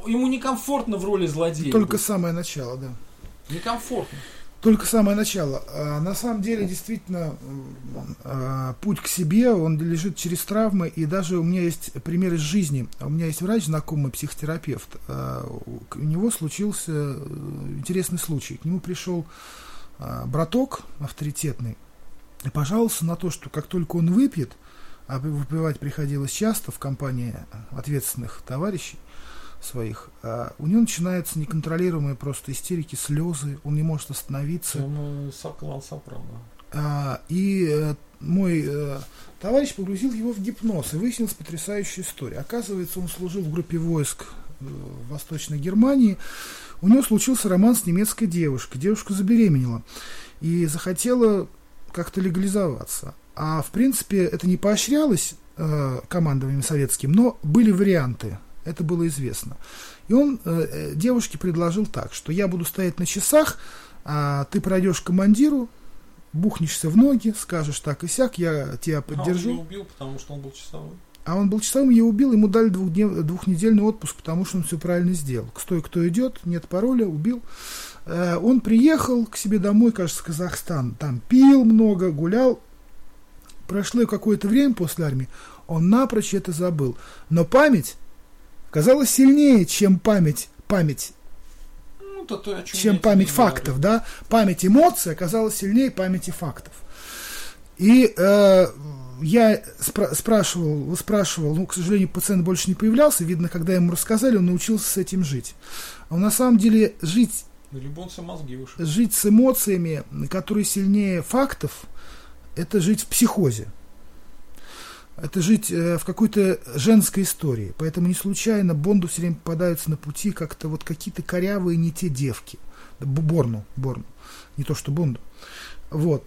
A: ему некомфортно в роли злодея.
B: Только
A: быть.
B: самое начало, да.
A: Некомфортно.
B: Только самое начало. А на самом деле, действительно, а, путь к себе, он лежит через травмы, и даже у меня есть пример из жизни. У меня есть врач, знакомый психотерапевт. А, у него случился интересный случай. К нему пришел а, браток авторитетный и пожаловался на то, что как только он выпьет, а выпивать приходилось часто в компании ответственных товарищей своих, а у него начинаются неконтролируемые просто истерики, слезы, он не может остановиться.
A: Он клан Сопрано.
B: А, и э, мой э, товарищ погрузил его в гипноз, и выяснилась потрясающая история. Оказывается, он служил в группе войск э, в Восточной Германии. У него случился роман с немецкой девушкой. Девушка забеременела и захотела как-то легализоваться. А в принципе это не поощрялось э, командованием советским, но были варианты. Это было известно. И он э, девушке предложил так, что я буду стоять на часах, а ты пройдешь к командиру, бухнешься в ноги, скажешь так и сяк, я тебя поддержу. А он
A: ее убил, потому что он был часовым.
B: А он был часовым, я убил, ему дали двухднев, двухнедельный отпуск, потому что он все правильно сделал. Стой, кто идет, нет пароля, убил. Э, он приехал к себе домой, кажется, в Казахстан, там пил много, гулял. Прошло какое-то время после армии, он напрочь это забыл. Но память казалось сильнее, чем память, память,
A: ну, то, то,
B: чем память фактов, да? Память эмоций оказалась сильнее памяти фактов. И э, я спра- спрашивал, спрашивал, ну, к сожалению, пациент больше не появлялся, видно, когда ему рассказали, он научился с этим жить. Но на самом деле жить,
A: либо он все мозги вышел.
B: Жить с эмоциями, которые сильнее фактов, это жить в психозе. Это жить э, в какой-то женской истории. Поэтому не случайно Бонду все время попадаются на пути как-то вот какие-то корявые не те девки. Борну, Борну. Не то, что Бонду. Вот.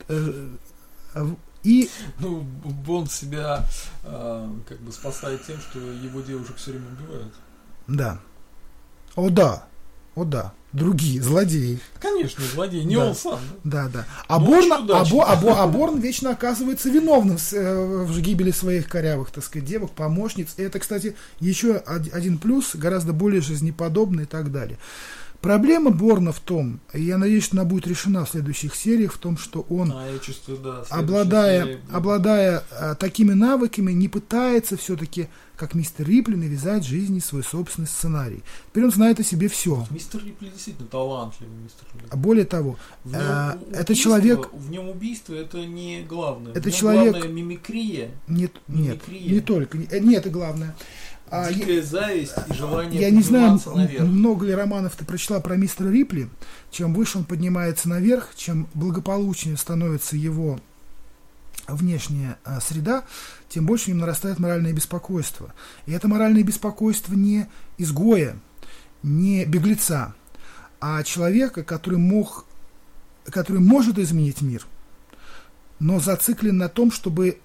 B: И...
A: Ну, Бонд себя э, как бы спасает тем, что его девушек все время убивают.
B: Да. О, да. О, да. Другие злодеи.
A: Конечно, злодеи, не
B: да.
A: он сам.
B: Да, да. А, Борн, а, Бо, а, Бо, а Борн вечно оказывается виновным в, в гибели своих корявых, так сказать, девок, помощниц. И это, кстати, еще один плюс, гораздо более жизнеподобный и так далее. Проблема Борна в том, и я надеюсь, что она будет решена в следующих сериях, в том, что он,
A: а, я чувствую, да,
B: обладая, обладая а, такими навыками, не пытается все-таки, как мистер Рипли, навязать жизни свой собственный сценарий. Теперь он знает о себе все.
A: Мистер Рипли действительно талантливый мистер Рипли.
B: А более того,
A: в нем
B: а,
A: убийство,
B: это человек...
A: В нем убийство это не главное.
B: Это
A: в нем
B: человек...
A: главное мимикрия.
B: Нет,
A: мимикрия.
B: нет, не только. Не, не это главное.
A: Дикая зависть и желание
B: я не знаю,
A: наверх.
B: Много ли романов ты прочла про мистера Рипли. Чем выше он поднимается наверх, чем благополучнее становится его внешняя а, среда, тем больше в нем нарастает моральное беспокойство. И это моральное беспокойство не изгоя, не беглеца, а человека, который, мог, который может изменить мир, но зациклен на том, чтобы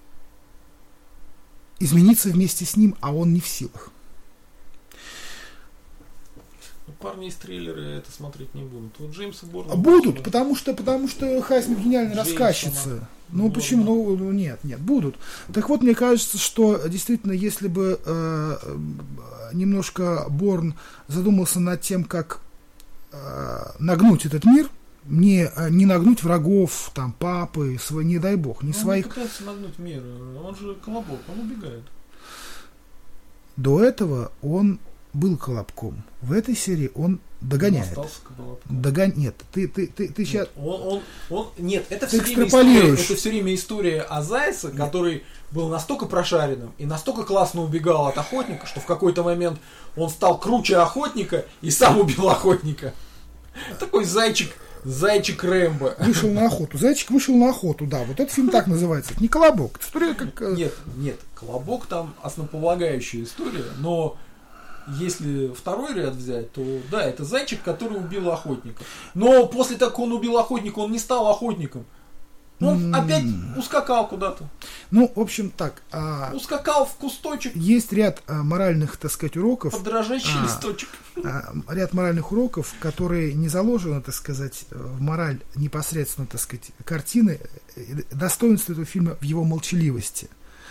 B: измениться вместе с ним, а он не в силах.
A: Парни из трейлера это смотреть не будут. Вот Джеймса Борна...
B: Будут, будет. потому что, потому что Хайсмит гениальная рассказчица. Ну Борна. Почему? Ну, ну нет, нет, будут. Так вот, мне кажется, что действительно, если бы э, немножко Борн задумался над тем, как э, нагнуть этот мир, не, не нагнуть врагов, там, папы, свой, не дай бог, не
A: он
B: своих...
A: Он не пытается нагнуть мир, он же колобок, он убегает.
B: До этого он был колобком. В этой серии он догоняет.
A: Он остался колобком.
B: Догон... Нет, ты, ты, ты, ты сейчас...
A: Нет, он, он, он... Нет, это
B: ты
A: все, время история, это все время история о зайце, Нет. который был настолько прошаренным и настолько классно убегал от охотника, что в какой-то момент он стал круче охотника и сам убил охотника. Такой зайчик... Зайчик Рэмбо.
B: Вышел на охоту. Зайчик вышел на охоту, да. Вот этот фильм так называется. Это не колобок. Это история как...
A: Нет, нет. Колобок там основополагающая история, но если второй ряд взять, то да, это зайчик, который убил охотника. Но после того, как он убил охотника, он не стал охотником. Он mm. опять ускакал куда-то.
B: Ну, в общем, так. А,
A: ускакал в кусточек.
B: Есть ряд а, моральных, так сказать, уроков.
A: Под дрожащий а, листочек.
B: А, ряд моральных уроков, которые не заложены, так сказать, в мораль непосредственно, так сказать, картины. Достоинство этого фильма в его молчаливости.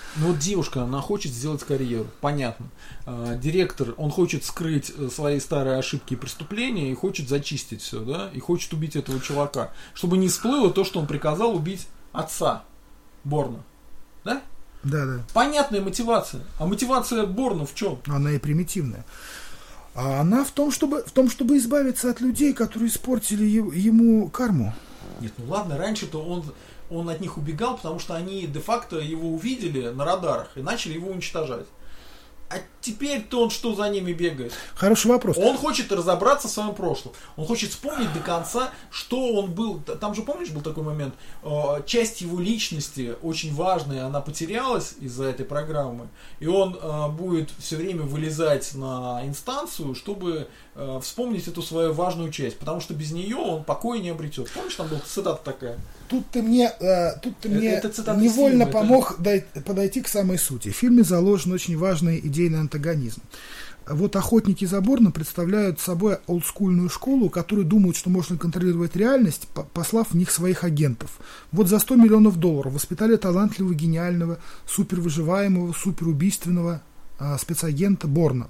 A: Ну вот девушка, она хочет сделать карьеру, понятно. А, директор, он хочет скрыть свои старые ошибки и преступления и хочет зачистить все, да, и хочет убить этого чувака, чтобы не всплыло то, что он приказал убить отца Борна, да?
B: Да, да.
A: Понятная мотивация. А мотивация Борна в чем?
B: Она и примитивная. А она в том, чтобы, в том, чтобы избавиться от людей, которые испортили ему карму.
A: Нет, ну ладно, раньше-то он... Он от них убегал, потому что они де-факто его увидели на радарах и начали его уничтожать. А теперь-то он что за ними бегает?
B: Хороший вопрос.
A: Он хочет разобраться в своем прошлом. Он хочет вспомнить до конца, что он был. Там же, помнишь, был такой момент, часть его личности, очень важная, она потерялась из-за этой программы. И он будет все время вылезать на инстанцию, чтобы вспомнить эту свою важную часть. Потому что без нее он покоя не обретет. Помнишь, там была цитата такая?
B: Тут ты мне, э, тут ты мне
A: это
B: невольно
A: фильма,
B: помог
A: это...
B: дай, подойти к самой сути. В фильме заложен очень важный идейный антагонизм. Вот охотники за Борном представляют собой олдскульную школу, которые думают, что можно контролировать реальность, послав в них своих агентов. Вот за сто миллионов долларов воспитали талантливого, гениального, супервыживаемого, суперубийственного а, спецагента Борна.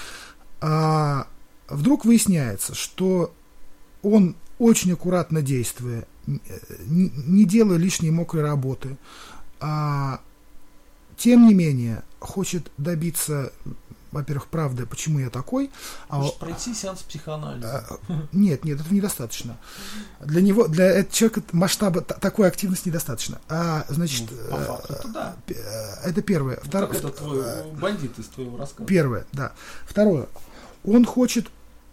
B: А вдруг выясняется, что он, очень аккуратно действуя, не делая лишней мокрой работы, а, тем не менее хочет добиться, во-первых, правды, почему я такой.
A: А, пройти сеанс психоанализа.
B: А, нет, нет, это недостаточно. Для него, для этого человека масштаба такой активности недостаточно. А, значит,
A: ну, по факту, это, да.
B: это первое.
A: Ну,
B: Второе,
A: это твой бандит из твоего рассказа.
B: Первое, да. Второе. Он хочет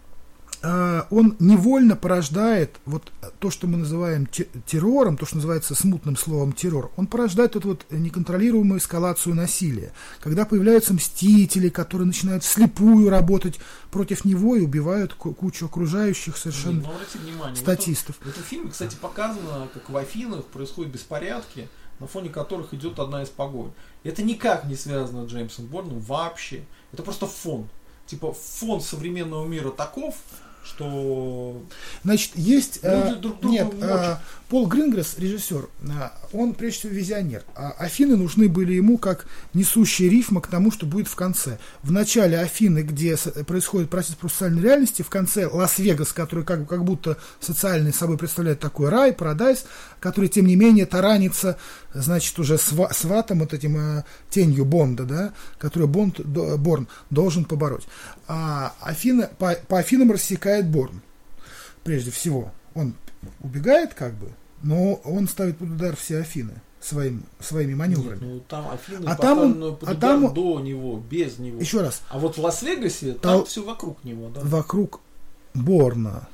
B: он невольно порождает вот то, что мы называем террором, то, что называется смутным словом террор, он порождает эту вот неконтролируемую эскалацию насилия. Когда появляются мстители, которые начинают вслепую работать против него и убивают кучу окружающих совершенно
A: ну, внимание,
B: статистов.
A: В этом фильме, кстати, показано, как в Афинах происходят беспорядки, на фоне которых идет одна из погонь. Это никак не связано с Джеймсом Борном вообще. Это просто фон. Типа фон современного мира таков, что...
B: Значит, есть...
A: Люди друг друга
B: нет,
A: мочат.
B: Пол Гринграсс, режиссер, он прежде всего визионер. А Афины нужны были ему как несущие рифма к тому, что будет в конце. В начале Афины, где происходит процесс социальной реальности, в конце Лас-Вегас, который как, как будто социальный собой представляет такой рай, парадайз, который, тем не менее, таранится, значит, уже сва, сватом, вот этим тенью Бонда, да, которую Бонд, Борн должен побороть. А Афина, по, по Афинам рассекает Борн, прежде всего. Он убегает, как бы, но он ставит под удар все Афины своим, своими маневрами. Нет,
A: ну, там Афины
B: а там он,
A: под
B: а
A: удар
B: там,
A: до него, без него.
B: Еще раз.
A: А вот в Лас-Вегасе
B: там,
A: там все вокруг него. Да?
B: Вокруг Борна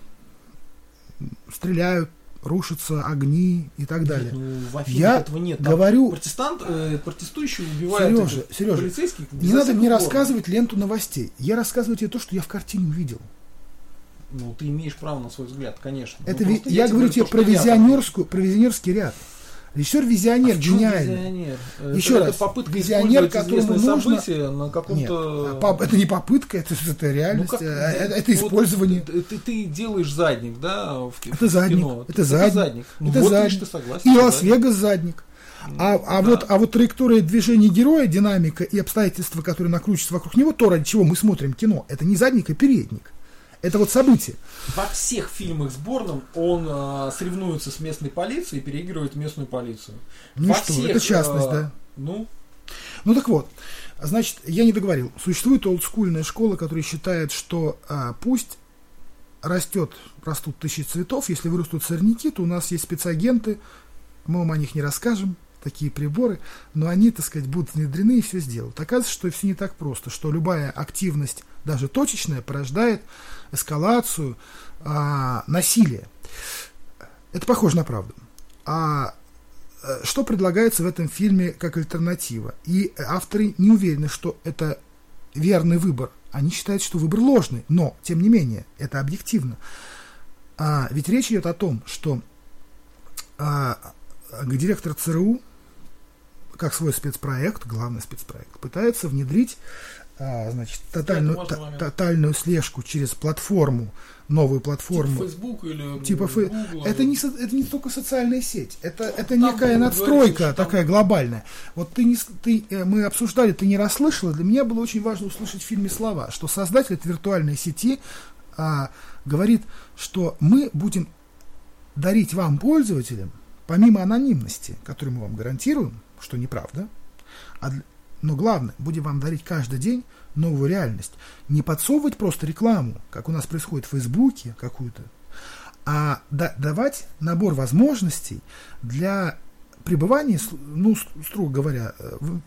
B: стреляют, рушатся огни и так далее.
A: Нет, ну, в Афинах
B: я
A: этого нет.
B: Говорю,
A: протестант, э, протестующие убивают
B: Сережа, Сережа,
A: полицейских.
B: Не надо мне рассказывать ленту новостей. Я рассказываю тебе то, что я в картине увидел.
A: Ну, ты имеешь право на свой взгляд, конечно.
B: Это ви- я, я говорю тебе про визионерскую, про визионерский ряд. Режиссер-визионер, а гениальный.
A: Визионер?
B: Еще
A: это,
B: раз,
A: это попытка
B: визионер, которому нужно...
A: событие на каком-то...
B: Нет, это не попытка, это, это реальность, ну, как... это, это использование.
A: Вот, ты, ты делаешь задник, да, в,
B: это
A: в
B: задник,
A: кино.
B: Это задник. Это задник.
A: Ну,
B: это
A: вот
B: задник.
A: Ты согласен,
B: и Лас-Вегас задник. А, а, да. вот, а вот траектория движения героя, динамика и обстоятельства, которые накручиваются вокруг него, то, ради чего мы смотрим кино, это не задник, а передник. Это вот событие.
A: Во всех фильмах с Борном он э, соревнуется с местной полицией и переигрывает местную полицию.
B: Ну
A: Во
B: что,
A: всех,
B: это частность,
A: э,
B: да.
A: Ну?
B: Ну так вот, значит, я не договорил. Существует олдскульная школа, которая считает, что а, пусть растет, растут тысячи цветов, если вырастут сорняки, то у нас есть спецагенты, мы вам о них не расскажем, такие приборы, но они, так сказать, будут внедрены и все сделают. Оказывается, что все не так просто, что любая активность, даже точечная, порождает эскалацию а, насилия. Это похоже на правду. А что предлагается в этом фильме как альтернатива? И авторы не уверены, что это верный выбор. Они считают, что выбор ложный, но, тем не менее, это объективно. А, ведь речь идет о том, что а, директор ЦРУ, как свой спецпроект, главный спецпроект, пытается внедрить а, значит, тотальную, т- тотальную слежку через платформу, новую платформу.
A: Типа Facebook или
B: типа
A: Google.
B: Это не, это не только социальная сеть, это, это некая надстройка такая там... глобальная. Вот ты не, ты, мы обсуждали, ты не расслышала, для меня было очень важно услышать в фильме слова, что создатель этой виртуальной сети а, говорит, что мы будем дарить вам, пользователям, помимо анонимности, которую мы вам гарантируем, что неправда, а, но главное, будем вам дарить каждый день новую реальность. Не подсовывать просто рекламу, как у нас происходит в Фейсбуке какую-то, а да, давать набор возможностей для пребывания, ну, строго говоря, в,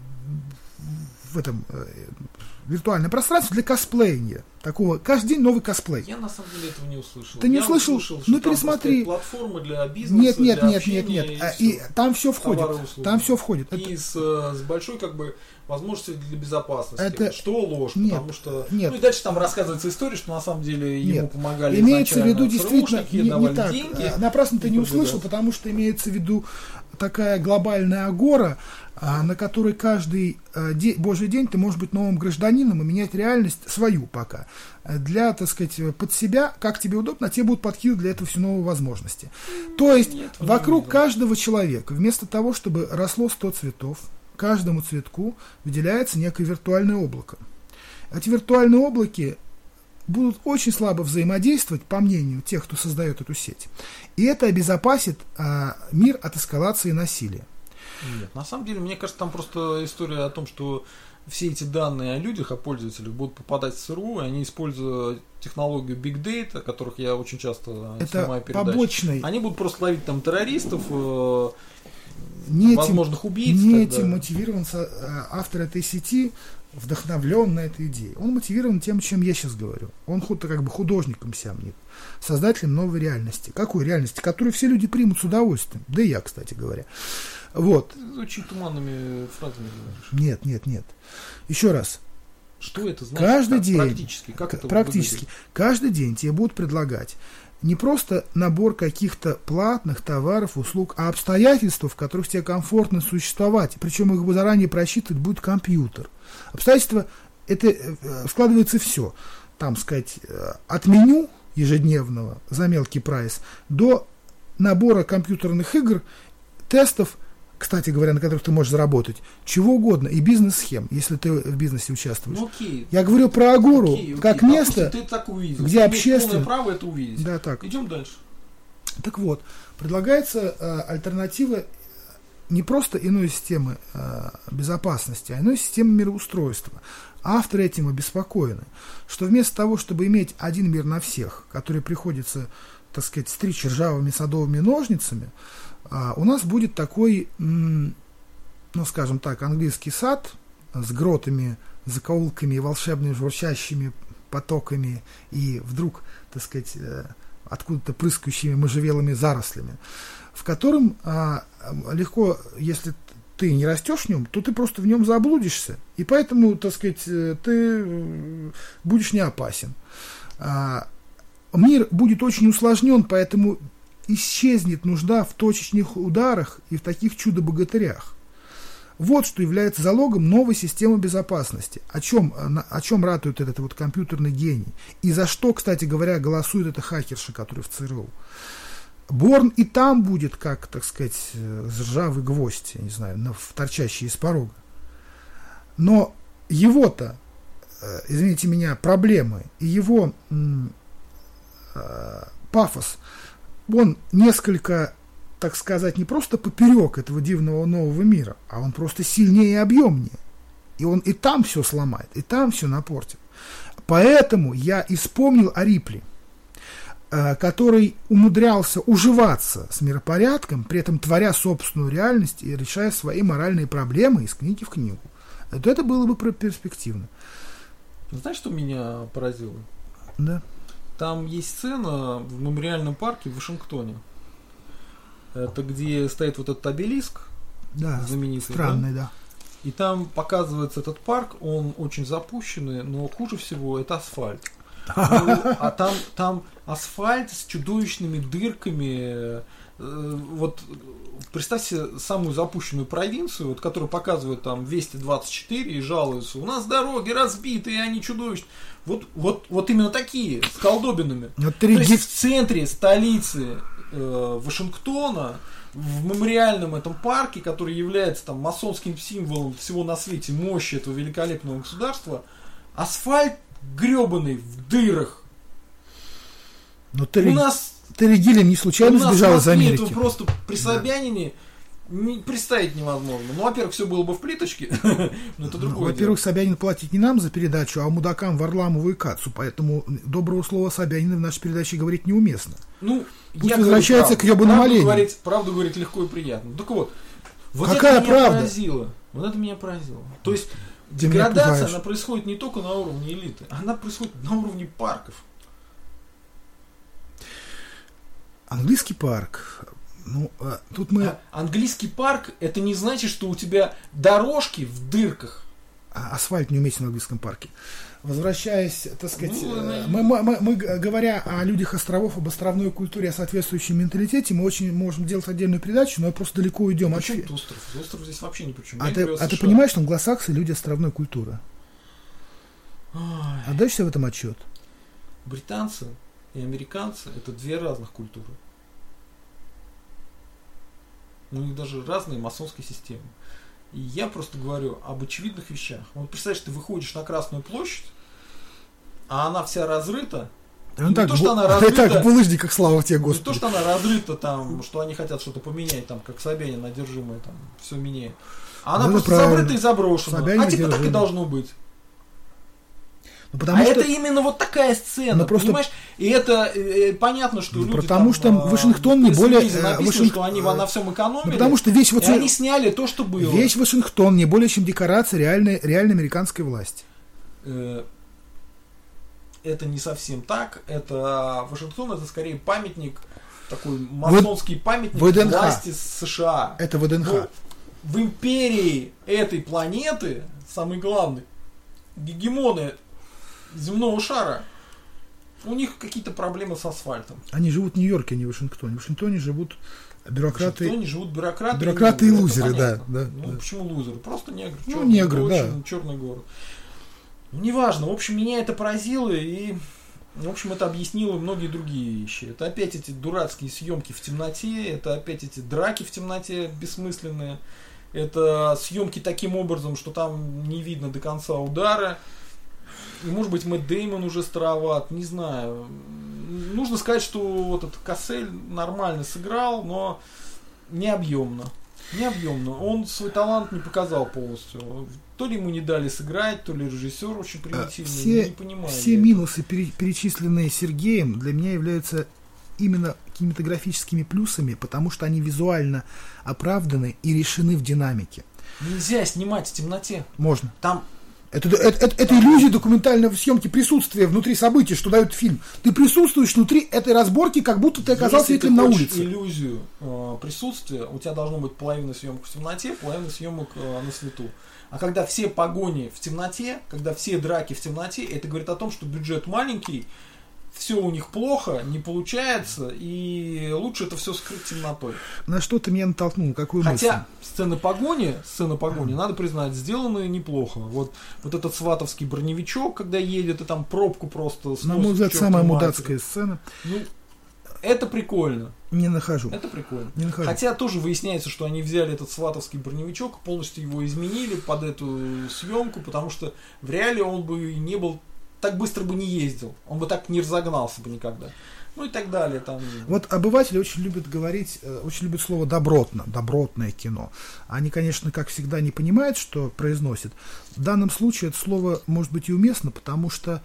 B: в этом э, виртуальном пространстве для косплея. Такого, каждый день новый косплей.
A: Я на самом деле этого не услышал.
B: Ты не
A: Я
B: услышал?
A: услышал,
B: Ну пересмотри.
A: Платформы для бизнеса,
B: нет, нет,
A: для
B: нет,
A: общения,
B: нет, нет,
A: и,
B: а,
A: все.
B: и там все входит. Там все входит.
A: И
B: это...
A: с, с большой как бы возможностью для безопасности.
B: Это...
A: Что ложь,
B: нет,
A: потому что.
B: Нет.
A: Ну и дальше там рассказывается история, что на самом деле ему
B: нет.
A: помогали.
B: Имеется в виду действительно не, не так.
A: Деньги,
B: напрасно ты не услышал, потому что имеется в виду такая глобальная агора, на которой каждый де, божий день ты можешь быть новым гражданином и менять реальность свою пока. Для, так сказать, под себя, как тебе удобно, а тебе будут подкидывать для этого все новые возможности. То есть
A: Нет,
B: вокруг каждого человека, вместо того, чтобы росло сто цветов, каждому цветку выделяется некое виртуальное облако. Эти виртуальные облаки будут очень слабо взаимодействовать, по мнению тех, кто создает эту сеть. И это обезопасит а, мир от эскалации насилия.
A: Нет, на самом деле, мне кажется, там просто история о том, что все эти данные о людях, о пользователях будут попадать в ЦРУ, и они, используя технологию Big Data, о которых я очень часто
B: это
A: снимаю передачи,
B: побочный...
A: они будут просто ловить там террористов, э,
B: не
A: возможных
B: этим,
A: убийц.
B: Не этим мотивирован автор этой сети, вдохновлен на эту идею. Он мотивирован тем, чем я сейчас говорю. Он хоть как бы художником себя мнит, создателем новой реальности. Какой реальности? Которую все люди примут с удовольствием. Да и я, кстати говоря. Вот.
A: Ты очень туманными фразами говоришь.
B: Нет, нет, нет. Еще раз.
A: Что это значит?
B: Каждый
A: как,
B: день,
A: практически, как это
B: практически
A: выглядит?
B: Каждый день тебе будут предлагать не просто набор каких-то платных товаров, услуг, а обстоятельства, в которых тебе комфортно существовать. Причем их заранее просчитывать будет компьютер. Обстоятельства, это складывается все. Там, сказать, от меню ежедневного за мелкий прайс до набора компьютерных игр, тестов, кстати говоря, на которых ты можешь заработать, чего угодно, и бизнес-схем, если ты в бизнесе участвуешь.
A: Ну, окей.
B: Я говорю про Агору,
A: окей, окей.
B: как
A: Допустим,
B: место,
A: ты так увидел.
B: где общественность...
A: полное право это увидеть.
B: Да, так.
A: Идем дальше.
B: Так вот, предлагается э, альтернатива не просто иной системы э, безопасности, а иной системы мироустройства. Авторы этим обеспокоены, что вместо того, чтобы иметь один мир на всех, который приходится, так сказать, стричь ржавыми садовыми ножницами, э, у нас будет такой, м, ну, скажем так, английский сад с гротами, закоулками и волшебными журчащими потоками и вдруг, так сказать, э, откуда-то прыскающими можжевелыми зарослями, в котором а, легко, если ты не растешь в нем, то ты просто в нем заблудишься, и поэтому, так сказать, ты будешь не опасен. А, мир будет очень усложнен, поэтому исчезнет нужда в точечных ударах и в таких чудо-богатырях. Вот что является залогом новой системы безопасности. О чем, о чем ратует этот вот компьютерный гений. И за что, кстати говоря, голосует эта хакерша, которая в ЦРУ. Борн и там будет, как, так сказать, ржавый гвоздь, я не знаю, торчащий из порога. Но его-то, извините меня, проблемы и его м, э, пафос, он несколько, так сказать, не просто поперек этого дивного нового мира, а он просто сильнее и объемнее. И он и там все сломает, и там все напортит. Поэтому я и вспомнил о Рипли, который умудрялся уживаться с миропорядком, при этом творя собственную реальность и решая свои моральные проблемы из книги в книгу. Это, это было бы перспективно.
A: Знаешь, что меня поразило?
B: Да.
A: Там есть сцена в мемориальном парке в Вашингтоне. Это где стоит вот этот обелиск,
B: да,
A: знаменитый.
B: Странный, да?
A: да. И там показывается этот парк, он очень запущенный, но хуже всего это асфальт. а там, там асфальт с чудовищными дырками. Вот представьте самую запущенную провинцию, вот, которую показывают там Вести двадцать четыре и жалуются. У нас дороги разбиты, и они чудовищные. Вот, вот, вот именно такие, с колдобинами.
B: Вот
A: То есть в центре столицы э, Вашингтона, в мемориальном этом парке, который является там масонским символом всего на свете мощи этого великолепного государства, асфальт гребаный в дырах.
B: Но Терри,
A: у нас
B: Терри Гиллиам не случайно сбежал из Америки.
A: Это просто при Собянине не, представить невозможно. Ну, во-первых, все было бы в плиточке, но это другое
B: ну, во-первых, дело. Собянин платит не нам за передачу, а мудакам Варламову и Кацу, поэтому доброго слова Собянина в нашей передаче говорить неуместно.
A: Ну,
B: пусть я возвращается к ебаному оленю.
A: Говорить, правду говорить легко и приятно. Так вот, вот
B: какая
A: это меня
B: правда?
A: поразило. Вот это меня поразило. То есть деградация, она происходит не только на уровне элиты, она происходит на уровне парков.
B: Английский парк. Ну, а, тут мы...
A: А, английский парк, это не значит, что у тебя дорожки в дырках.
B: А, асфальт не уместен в английском парке. Возвращаясь, так сказать, ну, мы, мы, мы, мы, говоря о людях островов, об островной культуре, о соответствующем менталитете, мы очень можем делать отдельную передачу, но просто далеко уйдем.
A: А почему остров? Остров здесь вообще ни при чем.
B: А, ты, а ты понимаешь, что англосаксы люди островной культуры?
A: Ой.
B: Отдаешь себе в этом отчет?
A: Британцы и американцы это две разных культуры. У них даже разные масонские системы. И я просто говорю об очевидных вещах. Вот представляешь, ты выходишь на Красную площадь, а она вся разрыта.
B: Ну,
A: не
B: так,
A: то, что она
B: разрыта, так в булыжниках, слава тебе, Господи.
A: Не то, что она разрыта, там, что они хотят что-то поменять, там, как Собянин одержимый, там, все меняет. А она ну, просто забрыта и заброшена. Собянин а типа так и должно быть.
B: Ну, потому
A: а
B: что...
A: это именно вот такая сцена, ну, просто... понимаешь? И это э, понятно, что
B: ну,
A: люди
B: потому
A: там,
B: что Вашингтон не более...
A: написано,
B: Вашинг...
A: что они на всем экономили,
B: ну, потому что весь
A: и
B: вот...
A: они сняли то, что было.
B: Весь Вашингтон не более чем декорация реальной, реальной американской власти.
A: Э, это не совсем так. Это Вашингтон, это скорее памятник, такой масонский в... памятник
B: ВДНХ.
A: Власти США.
B: Это ВДНХ.
A: Но в империи этой планеты, самый главный, гегемоны земного шара, у них какие-то проблемы с асфальтом.
B: Они живут в Нью-Йорке, а не в Вашингтоне. В Вашингтоне живут бюрократы.
A: В Вашингтоне живут бюрократы.
B: Бюрократы и, и лузеры, да, да.
A: Ну,
B: да.
A: Почему лузеры? Просто негры.
B: Ну, негры, да.
A: Черный город. Ну, неважно. В общем, меня это поразило, и, в общем, это объяснило многие другие вещи. Это опять эти дурацкие съемки в темноте, это опять эти драки в темноте бессмысленные, это съемки таким образом, что там не видно до конца удара. И, может быть, Мэтт Дэймон уже староват, не знаю. Нужно сказать, что вот этот Кассель нормально сыграл, но не объемно. Не объемно. Он свой талант не показал полностью. То ли ему не дали сыграть, то ли режиссер очень примитивный.
B: Все,
A: не понимаю.
B: Все минусы, перечисленные Сергеем, для меня являются именно кинематографическими плюсами, потому что они визуально оправданы и решены в динамике.
A: Нельзя снимать в темноте.
B: Можно.
A: Там
B: Это, это, это, это иллюзия документальной съемки, присутствия внутри событий, что дает фильм. Ты присутствуешь внутри этой разборки, как будто ты оказался этим на улице.
A: Иллюзию э, присутствия, у тебя должно быть половина съемок в темноте, половина съемок э, на свету. А когда все погони в темноте, когда все драки в темноте, это говорит о том, что бюджет маленький, все у них плохо, не получается, и лучше это все скрыть темнотой.
B: На что ты меня натолкнул? Какую мысль?
A: Хотя сцены погони, сцены погони, надо признать, сделаны неплохо. Вот, вот этот сватовский броневичок, когда едет, и там пробку просто сносит.
B: На мой взгляд, самая мудацкая сцена.
A: Ну, это прикольно.
B: Не нахожу.
A: Это прикольно.
B: Не нахожу.
A: Хотя тоже выясняется, что они взяли этот сватовский броневичок, полностью его изменили под эту съемку, потому что в реале он бы не был, так быстро бы не ездил, он бы так не разогнался бы никогда. Ну и так далее. Там.
B: Вот обыватели очень любят говорить, очень любят слово добротно, добротное кино. Они, конечно, как всегда, не понимают, что произносят. В данном случае это слово может быть и уместно, потому что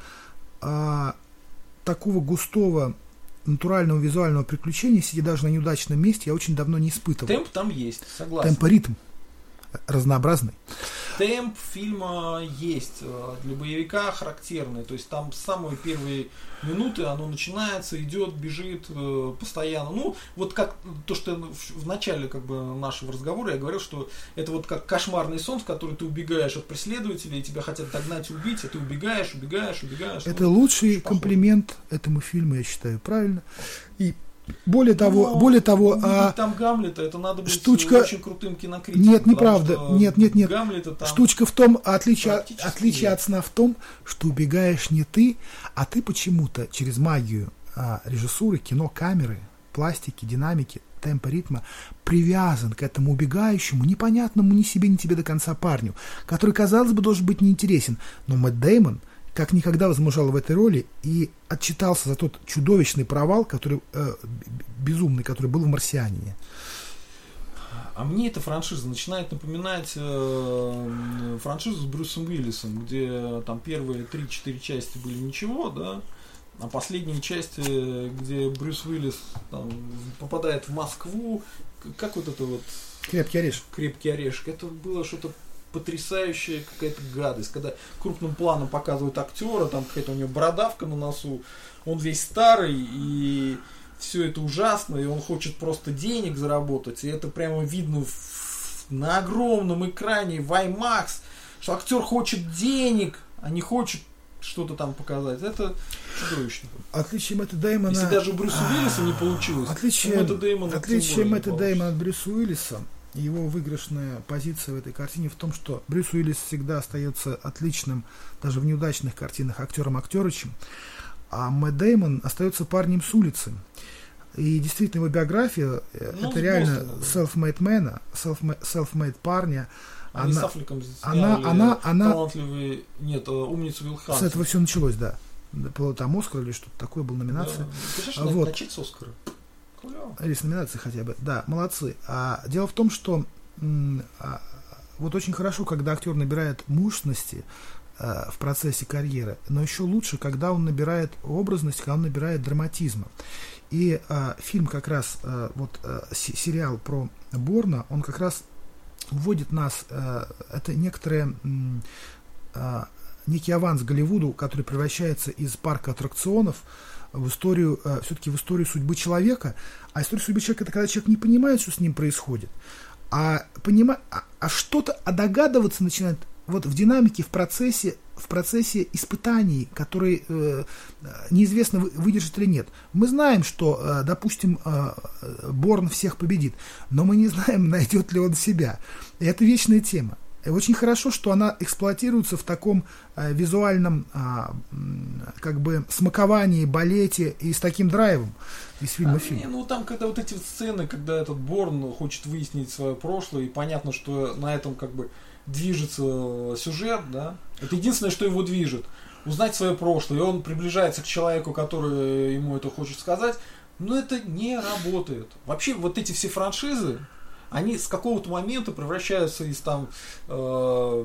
B: а, такого густого натурального визуального приключения, сидя даже на неудачном месте, я очень давно не испытывал.
A: Темп там есть, согласен.
B: Темп и ритм разнообразный.
A: темп фильма есть, для боевика характерный, то есть там с самой первой минуты оно начинается, идет, бежит постоянно. Ну, вот как то, что в начале как бы нашего разговора я говорил, что это вот как кошмарный сон, в который ты убегаешь от преследователей, и тебя хотят догнать и убить, а ты убегаешь, убегаешь, убегаешь.
B: Это вот, лучший комплимент этому фильму, я считаю, правильно. И более того, Но более того,
A: а там Гамлета, это надо быть
B: штучка...
A: очень крутым кинокритиком.
B: Нет, неправда. Нет, нет, нет.
A: Там
B: штучка в том, отличие, отличие от сна в том, что убегаешь не ты, а ты почему-то через магию а, режиссуры, кино, камеры, пластики, динамики, темпа, ритма привязан к этому убегающему, непонятному ни себе, ни тебе до конца парню, который, казалось бы, должен быть неинтересен. Но Мэтт Дэймон как никогда возмужал в этой роли и отчитался за тот чудовищный провал, который э, безумный, который был в «Марсианине».
A: А мне эта франшиза начинает напоминать э, франшизу с Брюсом Уиллисом, где там первые три-четыре части были ничего, да, а последние части, где Брюс Уиллис там, попадает в Москву, как вот это вот...
B: Крепкий орешек.
A: Крепкий орешек. Это было что-то потрясающая какая-то гадость, когда крупным планом показывают актера, там какая-то у него бородавка на носу, он весь старый, и все это ужасно, и он хочет просто денег заработать, и это прямо видно в, на огромном экране в IMAX, что актер хочет денег, а не хочет что-то там показать. Это чудовищно.
B: Отличие Мэтта Дэймона...
A: Если даже у Брюса Уиллиса не получилось,
B: отличие Мэтта Дэймона, отличие Мэтта Дэймона от Брюса Уиллиса, его выигрышная позиция в этой картине в том, что Брюс Уиллис всегда остается отличным, даже в неудачных картинах, актером-актерычем, а Мэтт Дэймон остается парнем с улицы. И действительно, его биография, ну, это реально self-made man, self-made парня.
A: Они
B: она,
A: с Аффлеком
B: она, она, она,
A: талантливый, нет, умницу Уилл Хантинг.
B: С этого все началось, да. Там Оскар или что-то такое, была номинация.
A: Да. Вот. Начать с Оскара.
B: Или с номинацией хотя бы. Да, молодцы. А дело в том, что м, а, вот очень хорошо, когда актер набирает мужественности а, в процессе карьеры, но еще лучше, когда он набирает образность, когда он набирает драматизма. И а, фильм как раз, а, вот а, с- сериал про Борна, он как раз вводит нас, а, это некоторые м, а, некий аванс Голливуду, который превращается из парка аттракционов в историю, э, все-таки в историю судьбы человека. А история судьбы человека — это когда человек не понимает, что с ним происходит, а, понима, а, а что-то, а догадываться начинает вот в динамике, в процессе, в процессе испытаний, которые э, неизвестно, выдержит или нет. Мы знаем, что, э, допустим, э, Борн всех победит, но мы не знаем, найдет ли он себя. И это вечная тема. И очень хорошо, что она эксплуатируется в таком э, визуальном э, как бы смаковании, балете и с таким драйвом из фильма
A: а,
B: в фильм.
A: Не, ну там, когда вот эти сцены, когда этот Борн хочет выяснить свое прошлое, и понятно, что на этом как бы движется сюжет, да, это единственное, что его движет. Узнать свое прошлое, и он приближается к человеку, который ему это хочет сказать, но это не работает. Вообще вот эти все франшизы, они с какого-то момента превращаются из там э,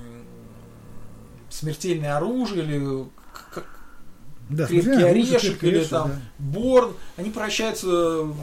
A: смертельное оружие или как,
B: да,
A: крепкий
B: оружие,
A: орешек
B: крепкий
A: или
B: орешек,
A: там
B: да.
A: Борн, они превращаются в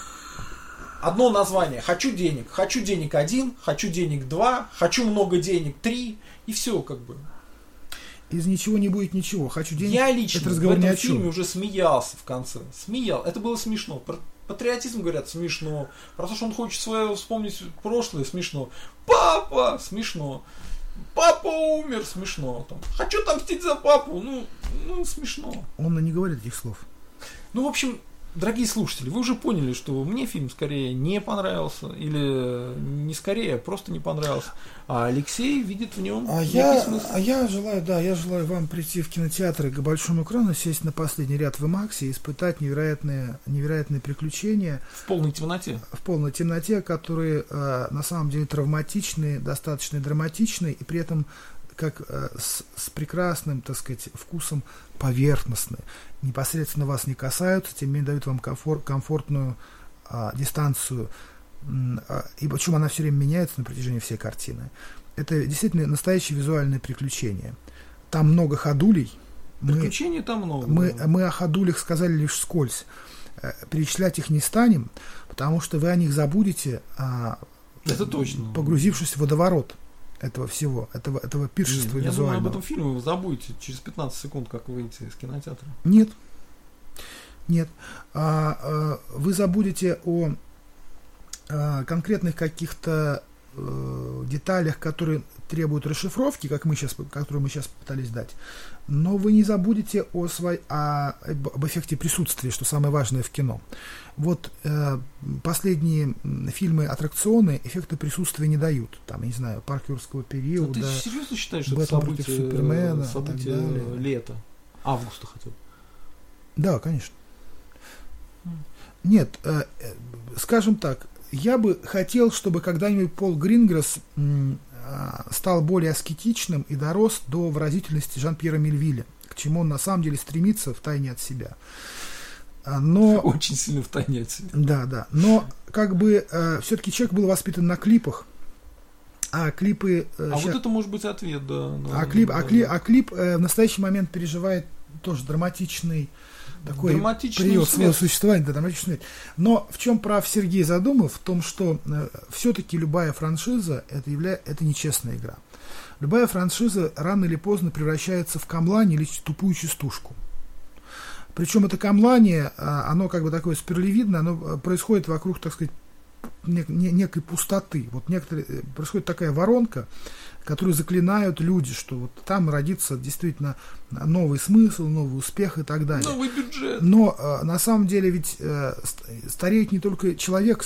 A: одно название. Хочу денег. Хочу денег один, хочу денег два, хочу много денег три, и все как бы.
B: Из ничего не будет ничего. Хочу денег.
A: Я лично
B: это
A: в
B: разговор
A: этом
B: ни о чем.
A: фильме уже смеялся в конце. Смеял. Это было смешно. Про патриотизм, говорят, смешно. Про то, что он хочет свое вспомнить прошлое, смешно. Папа! Смешно. Папа умер, смешно. Там, хочу отомстить за папу. Ну, ну, смешно.
B: Он не говорит этих слов.
A: Ну, в общем, дорогие слушатели, вы уже поняли, что мне фильм скорее не понравился. Или не скорее, а просто не понравился. А Алексей видит в нем
B: а
A: некий
B: я,
A: смысл.
B: А я желаю, да, я желаю вам прийти в кинотеатры к большому экрану, сесть на последний ряд в IMAX и испытать невероятные, невероятные приключения.
A: В полной темноте.
B: В полной темноте, которые э, на самом деле травматичные, достаточно драматичные, и при этом как э, с, с прекрасным, так сказать, вкусом поверхностные. Непосредственно вас не касаются, тем не менее дают вам комфорт, комфортную э, дистанцию. Э, и причем она все время меняется на протяжении всей картины. Это действительно настоящее визуальное приключение. Там много ходулей.
A: Приключений мы, там много.
B: Мы, мы о ходулях сказали лишь вскользь. Э, перечислять их не станем, потому что вы о них забудете, э,
A: это точно.
B: Погрузившись в водоворот этого всего, этого, этого пиршества
A: Нет,
B: визуального.
A: Я думаю, об этом фильме вы забудете через пятнадцать секунд, как выйти из кинотеатра.
B: Нет. Нет. А, а, вы забудете о а, конкретных каких-то а, деталях, которые требуют расшифровки, как мы сейчас, которую мы сейчас пытались дать, но вы не забудете о своей, о, об эффекте присутствия, что самое важное в кино. Вот э, последние фильмы аттракционы эффекта присутствия не дают. Там, я не знаю, парк юрского периода.
A: А ты серьезно считаешь, что это
B: Бэтмен
A: событие,
B: против Супермена,
A: событие лета? Августа хотя бы?
B: Да, конечно. Нет, э, э, скажем так, я бы хотел, чтобы когда-нибудь Пол Гринграсс м, э, стал более аскетичным и дорос до выразительности Жан-Пьера Мельвиля, к чему он на самом деле стремится втайне от себя. Но,
A: очень сильно втайне от себя.
B: Да, да. Но как бы э, все-таки человек был воспитан на клипах, а клипы... Э,
A: а
B: щас...
A: вот это может быть ответ, да. На,
B: а клип,
A: да,
B: а клип, а клип э, в настоящий момент переживает тоже драматичный такой период своего существования, да, драматичный. Но в чем прав Сергей Задумов? В том, что э, все-таки любая франшиза это, явля... это нечестная игра. Любая франшиза рано или поздно превращается в камлань или тупую частушку. Причем это камлание, оно как бы такое спиралевидное, оно происходит вокруг, так сказать, нек- некой пустоты. Вот некоторые, происходит такая воронка, которую заклинают люди, что вот там родится действительно новый смысл, новый успех и так далее.
A: Новый бюджет.
B: Но на самом деле ведь стареет не только человек,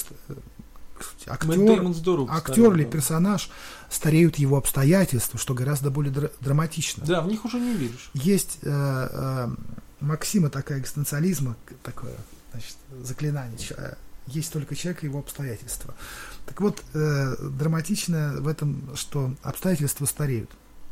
B: актер, актер или персонаж, стареют его обстоятельства, что гораздо более др- драматично.
A: Да, в них уже не веришь.
B: Есть э, э, максима такая экзистенциализма, такое, значит, заклинание. Есть только человек и его обстоятельства. Так вот, э, драматично в этом, что обстоятельства стареют.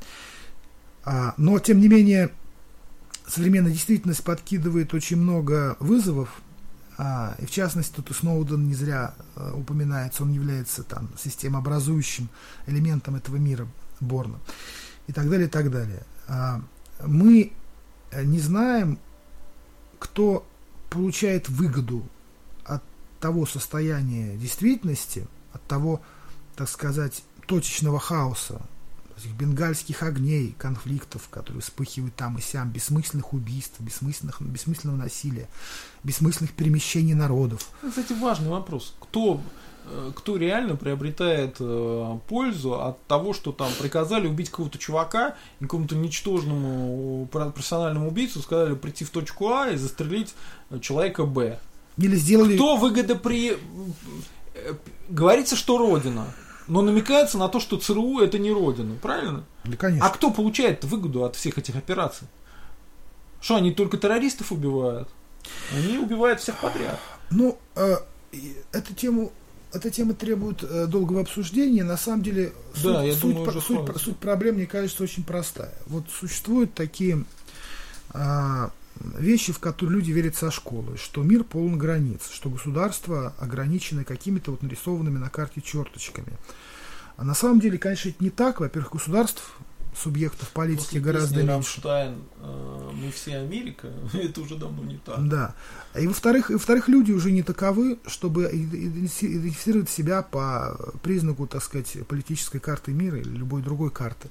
B: А, но, тем не менее, современная действительность подкидывает очень много вызовов. А, и в частности, тут и Сноуден не зря а, упоминается, он является там системообразующим элементом этого мира Борна. И так далее, и так далее. А, мы не знаем, кто получает выгоду от того состояния действительности, от того, так сказать, точечного хаоса, этих бенгальских огней, конфликтов, которые вспыхивают там и сям, бессмысленных убийств, бессмысленных, бессмысленного насилия, бессмысленных перемещений народов.
A: Кстати, важный вопрос. Кто, кто реально приобретает пользу от того, что там приказали убить какого-то чувака, и какому-то ничтожному профессиональному убийцу сказали прийти в точку А и застрелить человека Б?
B: Или сделали...
A: Кто выгода при... Говорится, что Родина. Но намекается на то, что ЦРУ это не Родина, правильно?
B: Да, конечно.
A: А кто получает выгоду от всех этих операций? Что, они только террористов убивают? Они убивают всех подряд.
B: Ну, э, эту тему, эта тема требует э, долгого обсуждения. На самом деле,
A: да,
B: суть,
A: я
B: суть,
A: думаю,
B: про, суть, суть проблем, мне кажется, очень простая. Вот существуют такие э, вещи, в которые люди верят со школы, что мир полон границ, что государства ограничены какими-то вот нарисованными на карте черточками. А на самом деле, конечно, это не так. Во-первых, государств, субъектов политики
A: После
B: гораздо
A: песни
B: меньше.
A: Рамштайн, э, мы все Америка, это уже давно не так.
B: Да. И во-вторых, и во-вторых, люди уже не таковы, чтобы идентифицировать себя по признаку, так сказать, политической карты мира или любой другой карты.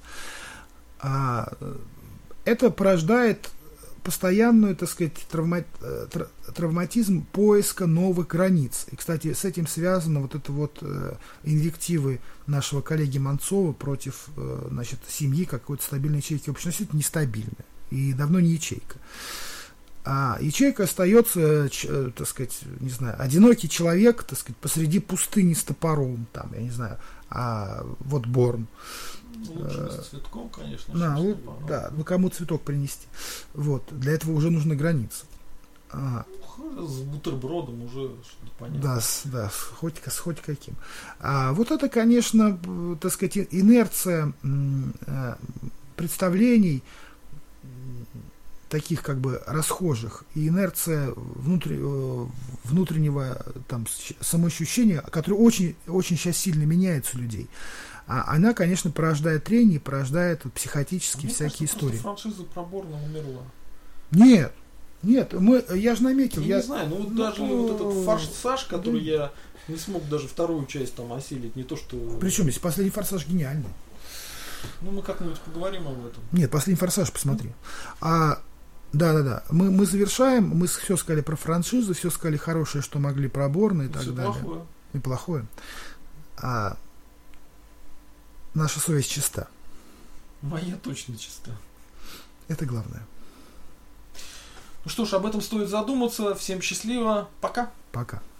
B: А это порождает постоянную, так сказать, травма, травматизм поиска новых границ. И, кстати, с этим связаны вот это вот э, инвективы нашего коллеги Манцова против э, значит, семьи какой-то стабильной ячейки. В общем, это нестабильно и давно не ячейка. А ячейка остается, ч, так сказать, не знаю, одинокий человек, так сказать, посреди пустыни с топором, там, я не знаю, а вот Борн.
A: Лучше с цветком, конечно.
B: Да, л- да, ну кому цветок принести. Вот, для этого уже нужны границы. А,
A: с бутербродом уже что-то понятно.
B: Да, с, да, с, хоть, с хоть каким. А вот это, конечно, так сказать, инерция м, э, представлений м, таких как бы расхожих и инерция внутри, э, внутреннего там, самоощущения, которое очень, очень сейчас сильно меняется у людей. А она, конечно, порождает трение, порождает вот, психотические
A: Мне
B: всякие
A: кажется,
B: истории.
A: Франшиза про Борна умерла.
B: Нет, нет, мы, я же наметил.
A: Я,
B: я
A: не знаю, ну вот
B: ну,
A: даже
B: ну,
A: вот этот форсаж, который
B: да.
A: я не смог даже вторую часть там осилить, не то что...
B: Причем здесь последний форсаж гениальный.
A: Ну, мы как-нибудь поговорим об этом.
B: Нет, последний форсаж посмотри. А, да-да-да. Мы, мы завершаем, мы все сказали про франшизу, все сказали хорошее, что могли про Борна и так
A: Все
B: далее.
A: плохое.
B: И плохое. А наша совесть чиста.
A: Моя точно чиста.
B: Это главное.
A: Ну что ж, об этом стоит задуматься. Всем счастливо. Пока.
B: Пока.